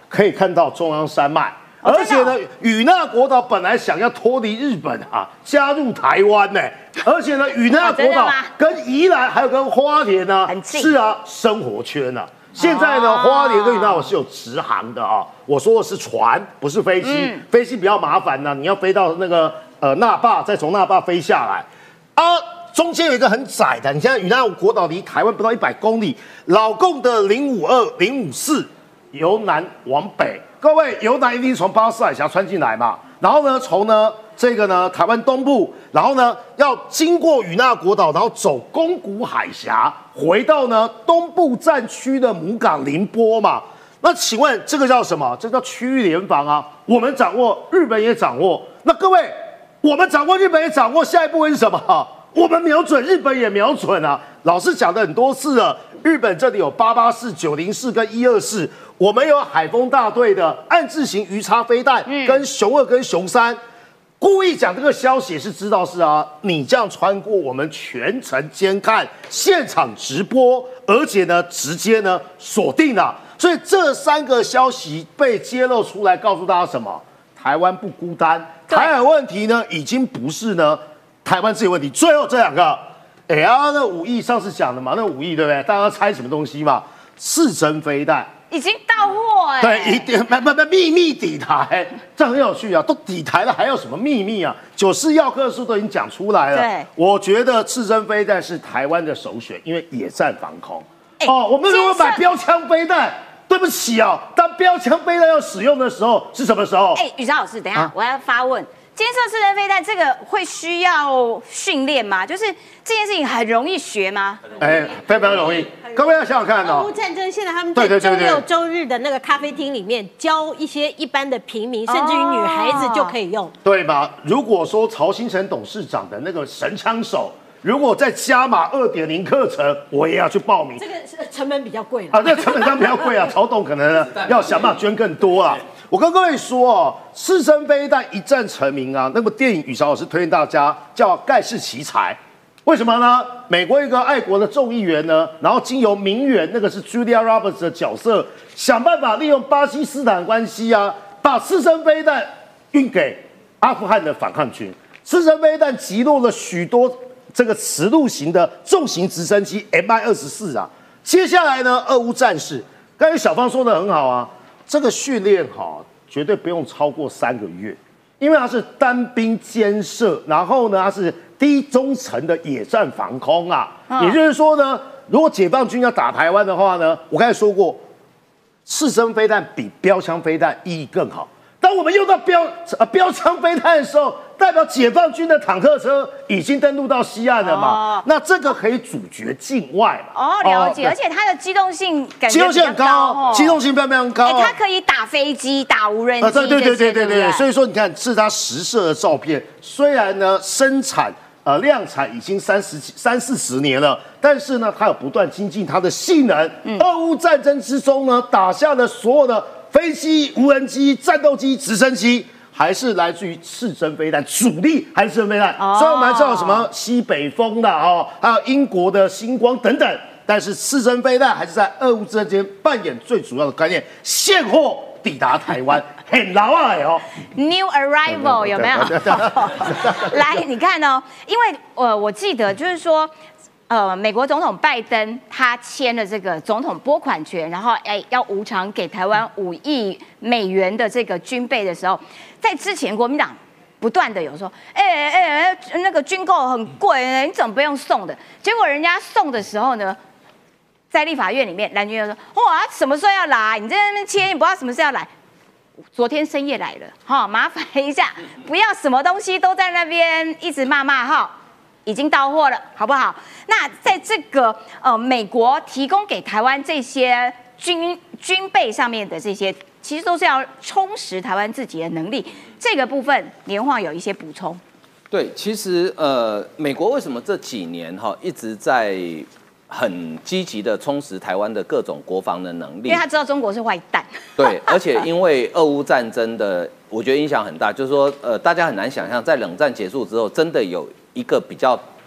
可以看到中央山脉。而且呢，与那国岛本来想要脱离日本啊，加入台湾呢。而且呢，与那国岛跟宜兰还有跟花莲呢，是啊，生活圈啊。现在呢，花莲跟与那国是有直航的啊。我说的是船，不是飞机。嗯、飞机比较麻烦呢、啊，你要飞到那个呃那霸，再从那霸飞下来啊。中间有一个很窄的，你现在与那国岛离台湾不到一百公里，老共的零五二、零五四由南往北。各位，由南一定从巴士海峡穿进来嘛，然后呢，从呢这个呢台湾东部，然后呢要经过与那国岛，然后走宫古海峡，回到呢东部战区的母港宁波嘛。那请问这个叫什么？这叫区域联防啊。我们掌握，日本也掌握。那各位，我们掌握，日本也掌握，下一步会是什么？我们瞄准，日本也瞄准啊。老师讲的很多次了，日本这里有八八四、九零四跟一二四。我们有海风大队的暗字型鱼叉飞弹，跟熊二跟熊三，故意讲这个消息是知道是啊，你这样穿过我们全程监看，现场直播，而且呢直接呢锁定了，所以这三个消息被揭露出来，告诉大家什么？台湾不孤单，台海问题呢已经不是呢台湾自己问题。最后这两个，哎呀，那五亿上次讲的嘛，那五亿对不对？大家猜什么东西嘛？刺针飞弹。 已经到货哎、 欸，对，一点不不不秘密底台，这很有趣啊！都底台了，还有什么秘密啊？九四要客数都已经讲出来了。 对， 我觉得刺针飞弹是台湾的首选，因为野战防空。欸、哦，我们如果买标枪飞弹，对不起啊，当标枪飞弹要使用的时候是什么时候？ 哎、欸，宇超老师，等一下、啊、我要发问。监测刺针飞弹这个会需要训练吗？就是这件事情很容易学吗？ 哎，非常容易。各位要想想看哦， 俄乌战争现在他们在周六周日的那个咖啡厅里面教一些一般的平民，甚至于女孩子就可以用， 对吧？如果说曹新成董事长的那个神枪手，如果再加码二点零课程，我也要去报名。 这个成本比较贵啊，这成本上比较贵啊，曹董可能要想办法捐更多啊。我跟各位说哦，刺针飞弹一战成名啊，那部电影宇超老师推荐大家叫《盖世奇才》，为什么呢？美国一个爱国的众议员呢，然后经由名媛，那个是 Julia Roberts 的角色，想办法利用巴基斯坦关系啊，把刺针飞弹运给阿富汗的反抗军。刺针飞弹击落了许多这个磁路型的重型直升机 M I 二十四啊。接下来呢，俄乌战事，刚才小芳说的很好啊。这个训练哈，绝对不用超过三个月，因为它是单兵监射，然后呢，它是低中层的野战防空啊。嗯、也就是说呢，如果解放军要打台湾的话呢，我刚才说过，刺针飞弹比标枪飞弹意义更好。当我们用到标呃标枪飞弹的时候，代表解放军的坦克车已经登陆到西岸了嘛？哦、那这个可以阻绝境外嘛？ 哦，了解。哦、而且它的机动性感觉机动性很高，哦、机动性非常非常高。 哎，它可以打飞机、打无人机、呃。 对对对对对对。所以说，你看，是它实射的照片，虽然呢生产呃量产已经三十三四十年了，但是呢，它有不断精进它的性能。嗯、俄乌战争之中呢，打下了所有的飞机、无人机、战斗机、直升机。还是来自于刺针飞弹，主力还是刺针飞弹，哦、所以我们还知道什么西北风的哦，还有英国的星光等等。但是刺针飞弹还是在俄乌之间扮演最主要的概念，现货抵达台湾，很老啊哦。 New arrival 有没有？来，你看哦，因为呃，我记得就是说。呃，美国总统拜登他签了这个总统拨款权，然后哎要无偿给台湾五亿美元的这个军备的时候，在之前国民党不断的有说，哎哎哎，那个军购很贵，你怎么不用送的？结果人家送的时候呢，在立法院里面，蓝军就说，哇，什么时候要来？你在那边签，你不知道什么时候要来。昨天深夜来了，哈，麻烦一下，不要什么东西都在那边一直骂骂哈。已经到货了，好不好？那在这个呃美国提供给台湾这些军军备上面的这些，其实都是要充实台湾自己的能力。这个部分，连晃有一些补充。 对，其实呃，美国为什么这几年哈一直在很积极的充实台湾的各种国防的能力？ 因为他知道中国是坏蛋。 对，而且因为俄乌战争的，我觉得影响很大，就是说呃，大家很难想象，在冷战结束之后，真的有一个比较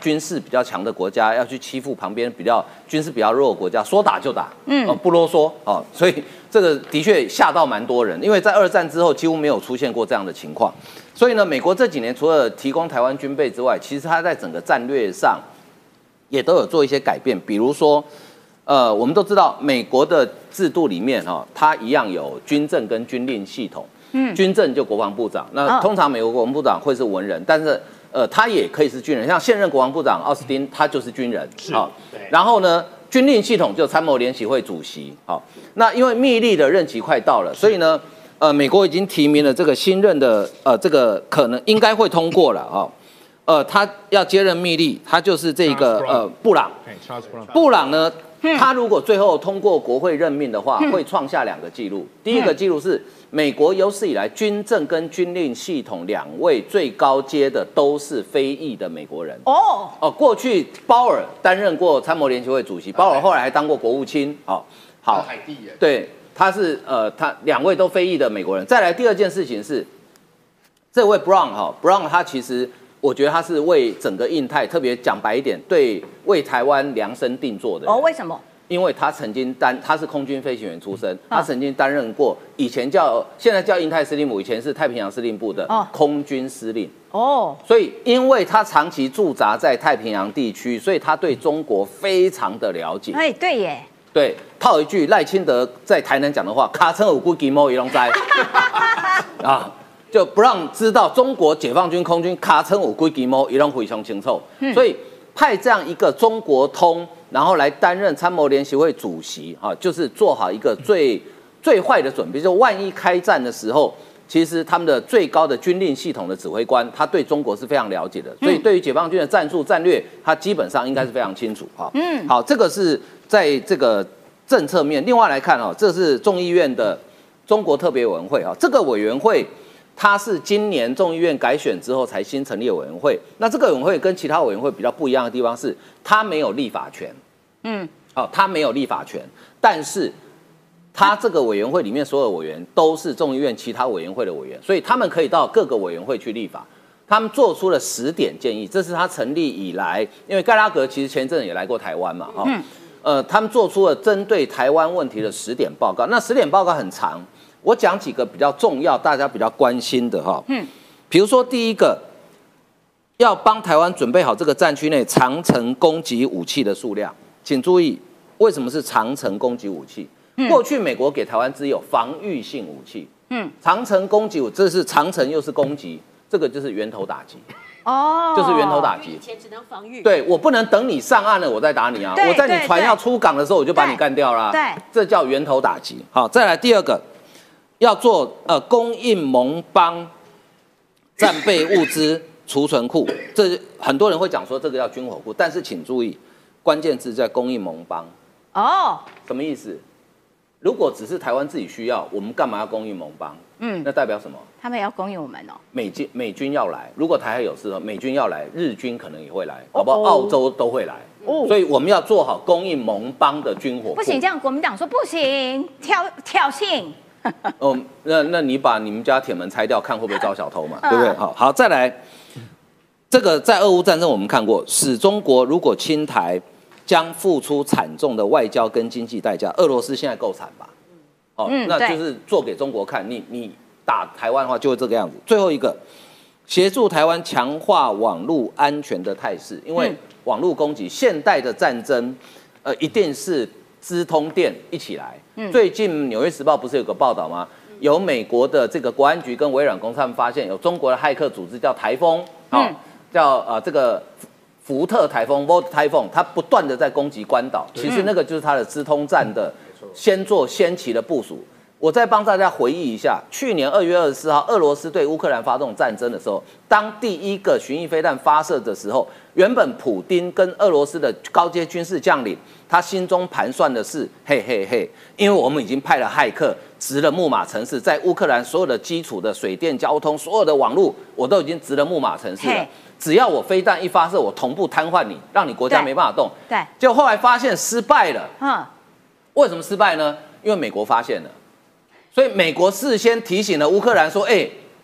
军事比较强的国家要去欺负旁边比较军事比较弱的国家，说打就打，嗯，哦、不啰嗦哦，所以这个的确吓到蛮多人，因为在二战之后几乎没有出现过这样的情况，所以呢，美国这几年除了提供台湾军备之外，其实它在整个战略上也都有做一些改变，比如说，呃，我们都知道美国的制度里面哈、哦，它一样有军政跟军令系统，嗯，军政就国防部长，那通常美国国防部长会是文人，但是呃，他也可以是军人，像现任国防部长奥斯汀，他就是军人，好、哦，然后呢，军令系统就参谋联席会主席，好、哦，那因为密令的任期快到了，所以呢，呃，美国已经提名了这个新任的，呃，这个可能应该会通过了啊、哦，呃，他要接任密令，他就是这个呃布朗，布朗呢，他如果最后通过国会任命的话，嗯、会创下两个纪录，第一个纪录是。美国有史以来军政跟军令系统两位最高阶的都是非裔的美国人哦哦，过去鲍尔担任过参谋联席会主席，鲍尔后来还当过国务卿哦，好，海地耶，对，他是呃他两位都非裔的美国人。再来第二件事情是，这位 Brown 哈 Brown 他其实我觉得他是为整个印太，特别讲白一点，对为台湾量身定做的哦， 为什么？ 因为他曾经担，他是空军飞行员出身，他曾经担任过以前叫现在叫印太司令部，以前是太平洋司令部的空军司令哦。所以，因为他长期驻扎在太平洋地区，所以他对中国非常的了解。 哎，对耶。 对，套一句赖清德在台南讲的话：“卡称五姑吉毛一龙灾啊，就不让知道中国解放军空军卡称五姑吉毛一龙非常清楚。嗯、所以派这样一个中国通。然后来担任参谋联席会主席，啊，就是做好一个最最坏的准备，就万一开战的时候，其实他们的最高的军令系统的指挥官，他对中国是非常了解的，所以对于解放军的战术战略，他基本上应该是非常清楚，哈，嗯，好，这个是在这个政策面。另外来看，哦，这是众议院的中国特别委员会，啊，这个委员会。它是今年众议院改选之后才新成立的委员会。那这个委员会跟其他委员会比较不一样的地方是，它没有立法权。嗯，哦，它没有立法权，但是它这个委员会里面所有委员都是众议院其他委员会的委员，所以他们可以到各个委员会去立法。他们做出了十点建议，这是他成立以来，因为盖拉格其实前阵也来过台湾嘛，哈、哦，嗯、呃，他们做出了针对台湾问题的十点报告。那十点报告很长。我讲几个比较重要、大家比较关心的哈，嗯，比如说第一个，要帮台湾准备好这个战区内长程攻击武器的数量，请注意，为什么是长程攻击武器？嗯、过去美国给台湾只有防御性武器，嗯，长程攻击武，这是长程又是攻击，这个就是源头打击。哦，就是源头打击。 以前只能防御。 对，我不能等你上岸了我再打你啊！我在你船要出港的时候我就把你干掉啦。 对， 这叫源头打击。好，再来第二个。要做呃供应盟邦战备物资储存库，这很多人会讲说这个叫军火库，但是请注意，关键字在供应盟邦。哦，什么意思？如果只是台湾自己需要，我们干嘛要供应盟邦？嗯，那代表什么？ 他们要供应我们哦。 美军美军要来，如果台海有事，美军要来，日军可能也会来，搞不好澳洲都会来。哦，所以我们要做好供应盟邦的军火库。 不行，这样国民党说不行，挑挑衅。 哦，那那你把你们家铁门拆掉，看会不会招小偷嘛？对不对？好，好，再来，这个在俄乌战争我们看过，使中国如果侵台，将付出惨重的外交跟经济代价。俄罗斯现在够惨吧？哦，嗯、那就是做给中国看，你你打台湾的话就会这个样子。最后一个，协助台湾强化网络安全的态势，因为网络攻击，现代的战争，呃，一定是。资通电一起来，嗯、最近《纽约时报》不是有个报道吗？有美国的这个国安局跟微软公司他们发现，有中国的骇客组织叫台风，哦嗯、叫呃这个福特台风 （Volt Typhoon），它不断的在攻击关岛，其实那个就是它的资通战的先做先期的部署。我再帮大家回忆一下，去年二月二十四号，俄罗斯对乌克兰发动战争的时候，当第一个巡弋飞弹发射的时候，原本普丁跟俄罗斯的高阶军事将领，他心中盘算的是，嘿嘿嘿，因为我们已经派了骇客植了木马程式，在乌克兰所有的基础的水电交通、所有的网络，我都已经植了木马程式了。只要我飞弹一发射，我同步瘫痪你，让你国家没办法动。 对， 结果后来发现失败了。嗯，为什么失败呢？因为美国发现了。所以美国事先提醒了乌克兰说：“哎、欸，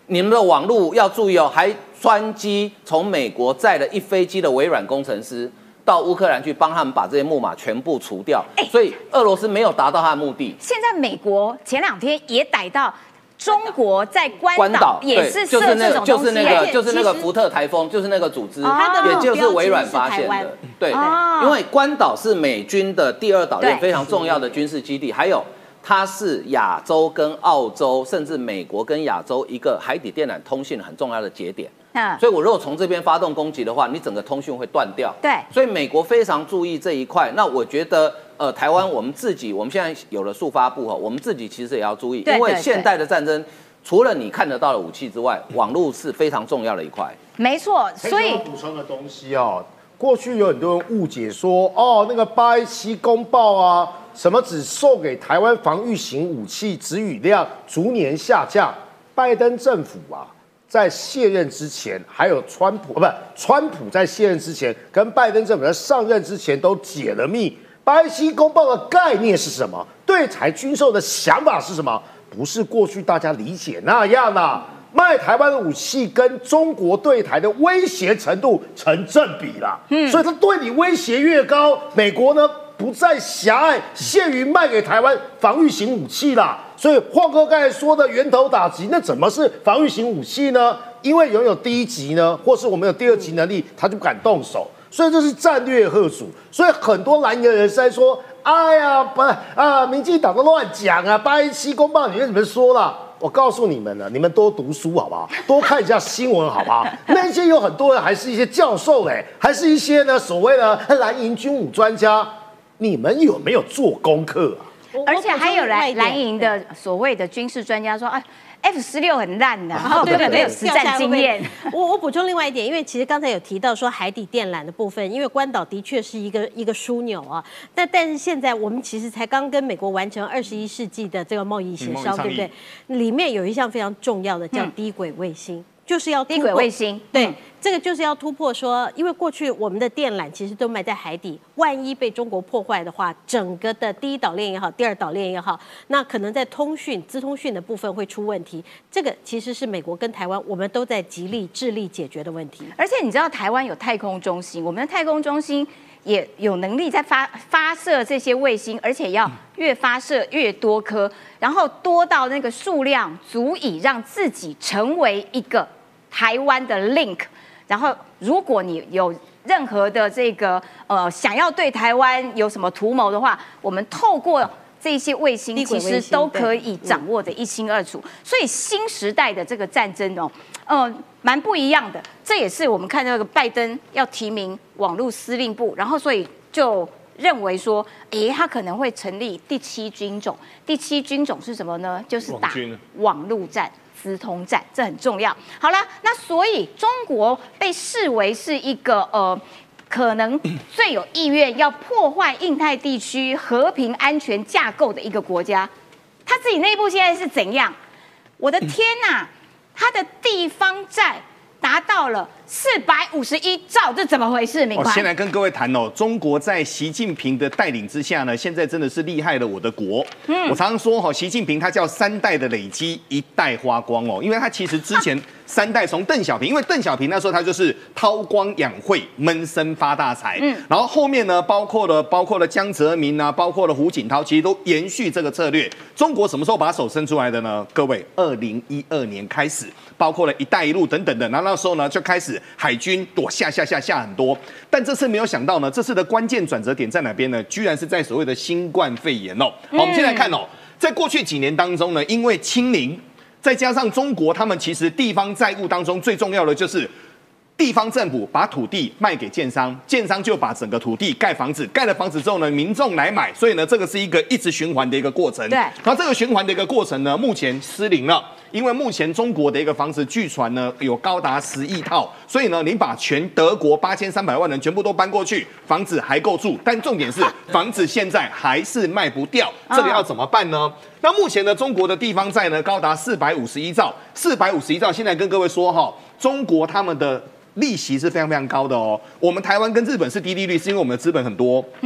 你们的网络要注意哦，还专机从美国载了一飞机的微软工程师到乌克兰去帮他们把这些木马全部除掉，欸、所以俄罗斯没有达到他的目的。 现在美国前两天也逮到中国在关岛也是设这种东西， 就是那个就是那个福特台风，就是那个组织，也就是微软发现的。对，哦、因为关岛是美军的第二岛链非常重要的军事基地，还有它是亚洲跟澳洲，甚至美国跟亚洲一个海底电缆通信很重要的节点。所以，我如果从这边发动攻击的话，你整个通讯会断掉。 对， 所以美国非常注意这一块。那我觉得，呃，台湾我们自己，我们现在有了速发部哈，我们自己其实也要注意，因为现代的战争，除了你看得到的武器之外，网络是非常重要的一块。 没错，所以补充的东西哦，过去有很多人误解说，哦，那个八一七公报啊，什么只售给台湾防御型武器，止雨量逐年下降。拜登政府啊。在卸任之前，还有川普，不，川普在卸任之前，跟拜登政府在上任之前都解了密。八一七公报的概念是什么？对台军售的想法是什么？不是过去大家理解那样啦。卖台湾的武器跟中国对台的威胁程度成正比啦。嗯，所以他对你威胁越高，美国呢不再狭隘限于卖给台湾防御型武器啦。所以晃哥刚才说的源头打击，那怎么是防御型武器呢？因为拥有第一级呢，或是我们有第二级能力，他就不敢动手，所以这是战略吓阻。所以很多蓝营人士在说：“哎呀，不啊，民进党都乱讲啊，八一七公报里面怎么说了？”我告诉你们了，你们多读书好不好？多看一下新闻好不好？那些有很多人还是一些教授哎、欸，还是一些呢所谓的蓝营军武专家，你们有没有做功课啊？ 而且还有蓝蓝营的所谓的军事专家说，啊 ，F 十六很烂的，哦，根本没有实战经验。 我我补充另外一点，因为其实刚才有提到说海底电缆的部分，因为关岛的确是一个一个枢纽啊。但但是现在我们其实才刚跟美国完成二十一世纪的这个贸易协商，对不对？里面有一项非常重要的叫低轨卫星。嗯，就是要低轨卫星， 对，嗯、这个就是要突破说，因为过去我们的电缆其实都埋在海底，万一被中国破坏的话，整个的第一岛链也好，第二岛链也好，那可能在通讯、资通讯的部分会出问题。这个其实是美国跟台湾我们都在极力致力解决的问题。 而且你知道台湾有太空中心，我们的太空中心也有能力在发发射这些卫星，而且要越发射越多颗，然后多到那个数量足以让自己成为一个台湾的 link， 然后如果你有任何的这个呃想要对台湾有什么图谋的话，我们透过这些卫星其实都可以掌握的一清二楚。所以新时代的这个战争哦，呃，蛮不一样的。这也是我们看到那个拜登要提名网络司令部，然后所以就认为说，诶，他可能会成立第七军种。第七军种是什么呢？就是打网络战。资通战，这很重要。好了，那所以中国被视为是一个呃，可能最有意愿要破坏印太地区和平安全架构的一个国家。他自己内部现在是怎样？我的天哪，他的地方债达到了四百五十一兆，这怎么回事？明宽， 我先来跟各位谈哦，中国在习近平的带领之下呢，现在真的是厉害了我的国。嗯，我常常说哈，习近平他叫三代的累积，一代花光哦，因为他其实之前三代从邓小平，因为邓小平那时候他就是韬光养晦，闷声发大财。嗯，然后后面呢，包括了包括了江泽民啊，包括了胡锦涛，其实都延续这个策略。中国什么时候把手伸出来的呢？各位，二零一二年开始，包括了一带一路等等的，然后那时候呢就开始海军躲下下下下很多，但这次没有想到呢，这次的关键转折点在哪边呢？居然是在所谓的新冠肺炎哦。好，我们先来看哦，在过去几年当中呢，因为清零，再加上中国他们其实地方债务当中最重要的就是地方政府把土地卖给建商，建商就把整个土地盖房子，盖了房子之后呢，民众来买，所以呢，这个是一个一直循环的一个过程。 对， 然后这个循环的一个过程呢，目前失灵了。因为目前中国的一个房子，据传呢有高达十亿套，所以呢，你把全德国八千三百万人全部都搬过去，房子还够住，但重点是房子现在还是卖不掉，这个要怎么办呢？那目前呢，中国的地方债呢高达四百五十一兆，四百五十一兆，现在跟各位说哈，中国他们的利息是非常非常高的哦。我们台湾跟日本是低利率，是因为我们的资本很多。嗯，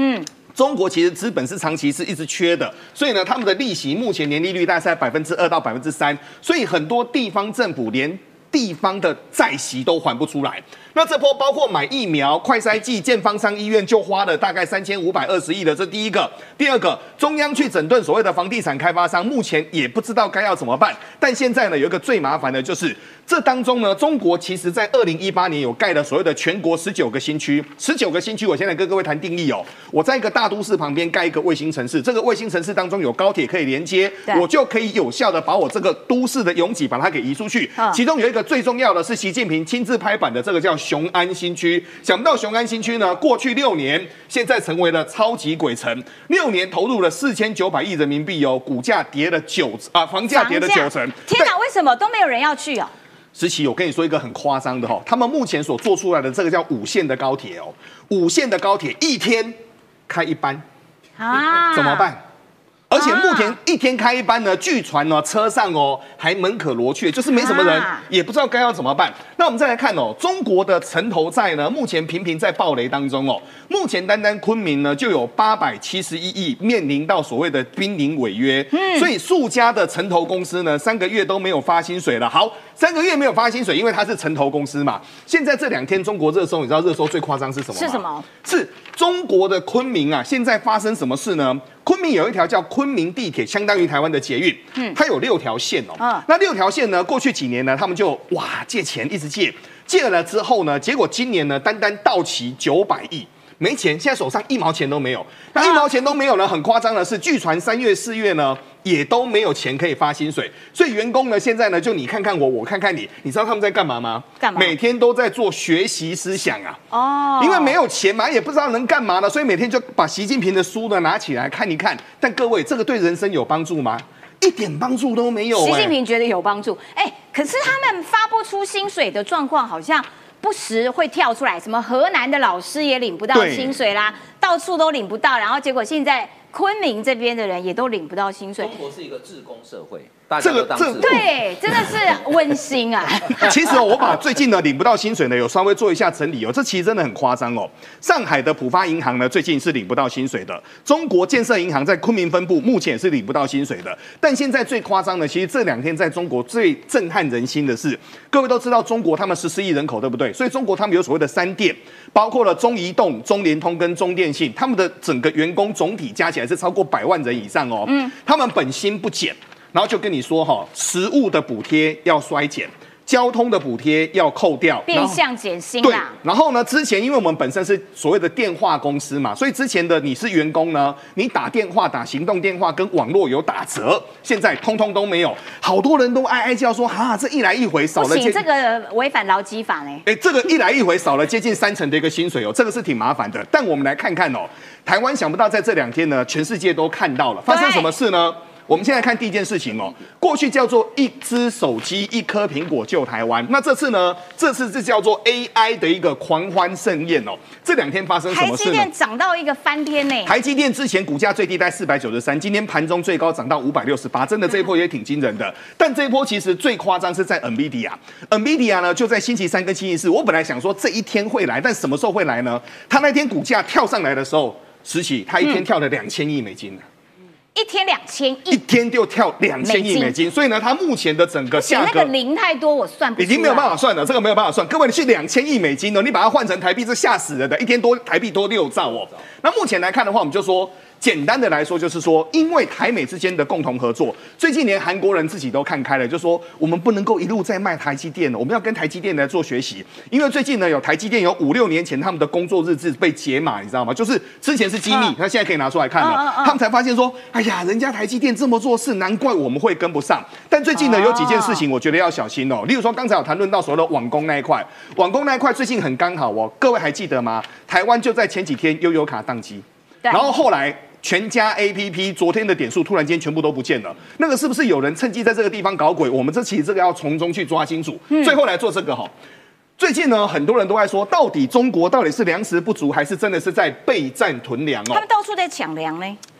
中国其实资本是长期是一直缺的，所以呢，他们的利息目前年利率大概在百分之二到百分之三，所以很多地方政府连地方的债息都还不出来。那这波包括买疫苗、快筛剂、建方商医院就花了大概三千五百二十亿的，这第一个。第二个，中央去整顿所谓的房地产开发商，目前也不知道该要怎么办。但现在呢，有一个最麻烦的就是，这当中呢，中国其实在二零一八年有盖了所谓的全国十九个新区，十九个新区，我现在跟各位谈定义哦。我在一个大都市旁边盖一个卫星城市，这个卫星城市当中有高铁可以连接，我就可以有效的把我这个都市的拥挤把它给移出去。嗯、其中有一个最重要的是习近平亲自拍板的，这个叫雄安新区。想不到雄安新区呢，过去六年，现在成为了超级鬼城，六年投入了四千九百亿人民币哦，股价跌了九啊，房价跌了九成。 天哪，为什么都没有人要去哦？ 时期，我跟你说一个很夸张的哈、哦，他们目前所做出来的这个叫五线的高铁哦，五线的高铁一天开一班啊，怎么办？而且目前一天开一班呢，据传呢车上哦还门可罗雀，就是没什么人，啊、也不知道该要怎么办。那我们再来看哦，中国的城投债呢，目前频频在暴雷当中哦。目前单单昆明呢就有八百七十一亿面临到所谓的濒临违约，嗯、所以数家的城投公司呢三个月都没有发薪水了。好，三个月没有发薪水，因为它是城投公司嘛。现在这两天中国热搜，你知道热搜最夸张是什么吗？ 是什么？ 是中国的昆明啊，现在发生什么事呢？昆明有一条叫昆明地铁，相当于台湾的捷运，嗯，它有六条线哦。嗯，那六条线呢，过去几年呢，他们就哇借钱一直借，借了之后呢，结果今年呢，单单到期九百亿。没钱，现在手上一毛钱都没有。那一毛钱都没有呢，很夸张的是，据传三月、四月呢也都没有钱可以发薪水。所以员工呢，现在呢就你看看我，我看看你，你知道他们在干嘛吗？ 干嘛？ 每天都在做学习思想啊。 哦。 因为没有钱嘛，也不知道能干嘛呢，所以每天就把习近平的书呢拿起来看一看。但各位，这个对人生有帮助吗？一点帮助都没有、欸。 习近平觉得有帮助，哎、欸，可是他们发不出薪水的状况好像。不时会跳出来，什么河南的老师也领不到薪水啦，到处都领不到，然后结果现在昆明这边的人也都领不到薪水。 中国是一个志工社会，大家都当志工。 对，真的是温馨啊。 其实哦，我把最近呢领不到薪水呢，有稍微做一下整理哦，这其实真的很夸张哦。上海的浦发银行呢，最近是领不到薪水的；中国建设银行在昆明分部目前也是领不到薪水的。但现在最夸张的，其实这两天在中国最震撼人心的是，各位都知道中国他们十四亿人口，对不对？所以中国他们有所谓的三电，包括了中移动、中联通跟中电信，他们的整个员工总体加起来是超过百万人以上哦。嗯，他们本薪不减。然后就跟你说哈，食物的补贴要衰减，交通的补贴要扣掉， 变相减薪啦。 对，然后呢，之前因为我们本身是所谓的电话公司嘛，所以之前的你是员工呢，你打电话、打行动电话跟网络有打折，现在通通都没有，好多人都哀哀叫说，哈，这一来一回少了。 不行，这个违反劳基法呢。 哎，这个一来一回少了接近三成的一个薪水哦，这个是挺麻烦的。但我们来看看哦，台湾想不到在这两天呢，全世界都看到了，发生什么事呢？我们现在看第一件事情哦，过去叫做一只手机一颗苹果救台湾，那这次呢？这次是叫做 A I 的一个狂欢盛宴哦。这两天发生什么事呢？ 台积电涨到一个翻天呢。 台积电之前股价最低在四百九十三，今天盘中最高涨到五百六十八，真的这一波也挺惊人的。但这一波其实最夸张是在 NVIDIA，NVIDIA 呢就在星期三跟星期四，我本来想说这一天会来，但什么时候会来呢？它那天股价跳上来的时候，时起它一天跳了两千亿美金了。 一天两千亿， 一天就跳两千亿美金，所以呢，它目前的整个价格那个零太多，我算不出来， 已经没有办法算了，这个没有办法算。各位，你去两千亿美金呢，你把它换成台币是吓死人的，一天多台币多六兆哦。那目前来看的话，我们就说。简单的来说，就是说，因为台美之间的共同合作，最近连韩国人自己都看开了，就说我们不能够一路在卖台积电了，我们要跟台积电来做学习。因为最近呢，有台积电有五六年前他们的工作日志被解码，你知道吗？就是之前是机密，那、嗯、现在可以拿出来看了。嗯嗯嗯、他们才发现说，哎呀，人家台积电这么做事，难怪我们会跟不上。但最近呢，有几件事情我觉得要小心哦。例如说，刚才有谈论到所谓的网工那一块，网工那一块最近很刚好哦，各位还记得吗？台湾就在前几天悠游卡宕机，然后后来。全家 A P P 昨天的点数突然间全部都不见了，那个是不是有人趁机在这个地方搞鬼？我们这其实这个要从中去抓清楚。嗯、最后来做这个哈，最近呢很多人都在说，到底中国到底是粮食不足，还是真的是在备战囤粮哦？ 他们到处在抢粮呢。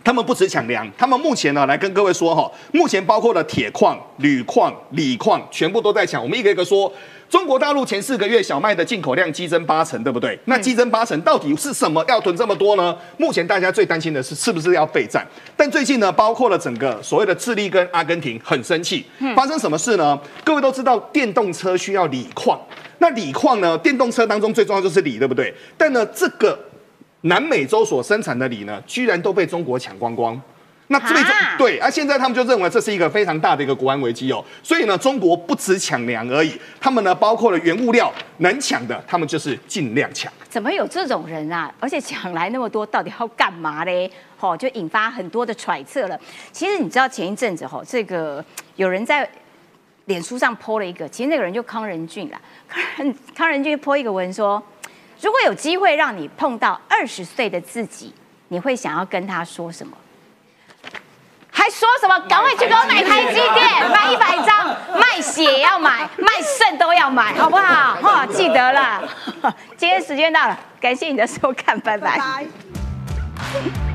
他们不止抢粮，他们目前呢来跟各位说哈，目前包括了铁矿、铝矿、锂矿，全部都在抢。我们一个一个说，中国大陆前四个月小麦的进口量激增八成，对不对？那激增八成到底是什么要囤这么多呢？目前大家最担心的是是不是要备战？但最近呢，包括了整个所谓的智利跟阿根廷很生气，发生什么事呢？各位都知道，电动车需要锂矿，那锂矿呢，电动车当中最重要就是锂，对不对？但呢，这个南美洲所生产的锂呢，居然都被中国抢光光。那最终对啊，现在他们就认为这是一个非常大的一个国安危机哦。所以呢，中国不止抢粮而已，他们呢包括了原物料能抢的，他们就是尽量抢。 怎么有这种人啊？而且抢来那么多，到底要干嘛嘞？吼、哦，就引发很多的揣测了。其实你知道前一阵子吼、哦，这个有人在脸书上 po 了一个，其实那个人就康仁俊啦，康康仁俊 po 一个文说，如果有机会让你碰到二十岁的自己，你会想要跟他说什么？还说什么？赶快去给我买台积电，买一百张，卖血也要买，卖肾都要买，好不好？哈、哦，记得了。今天时间到了，感谢你的收看，拜拜。拜拜。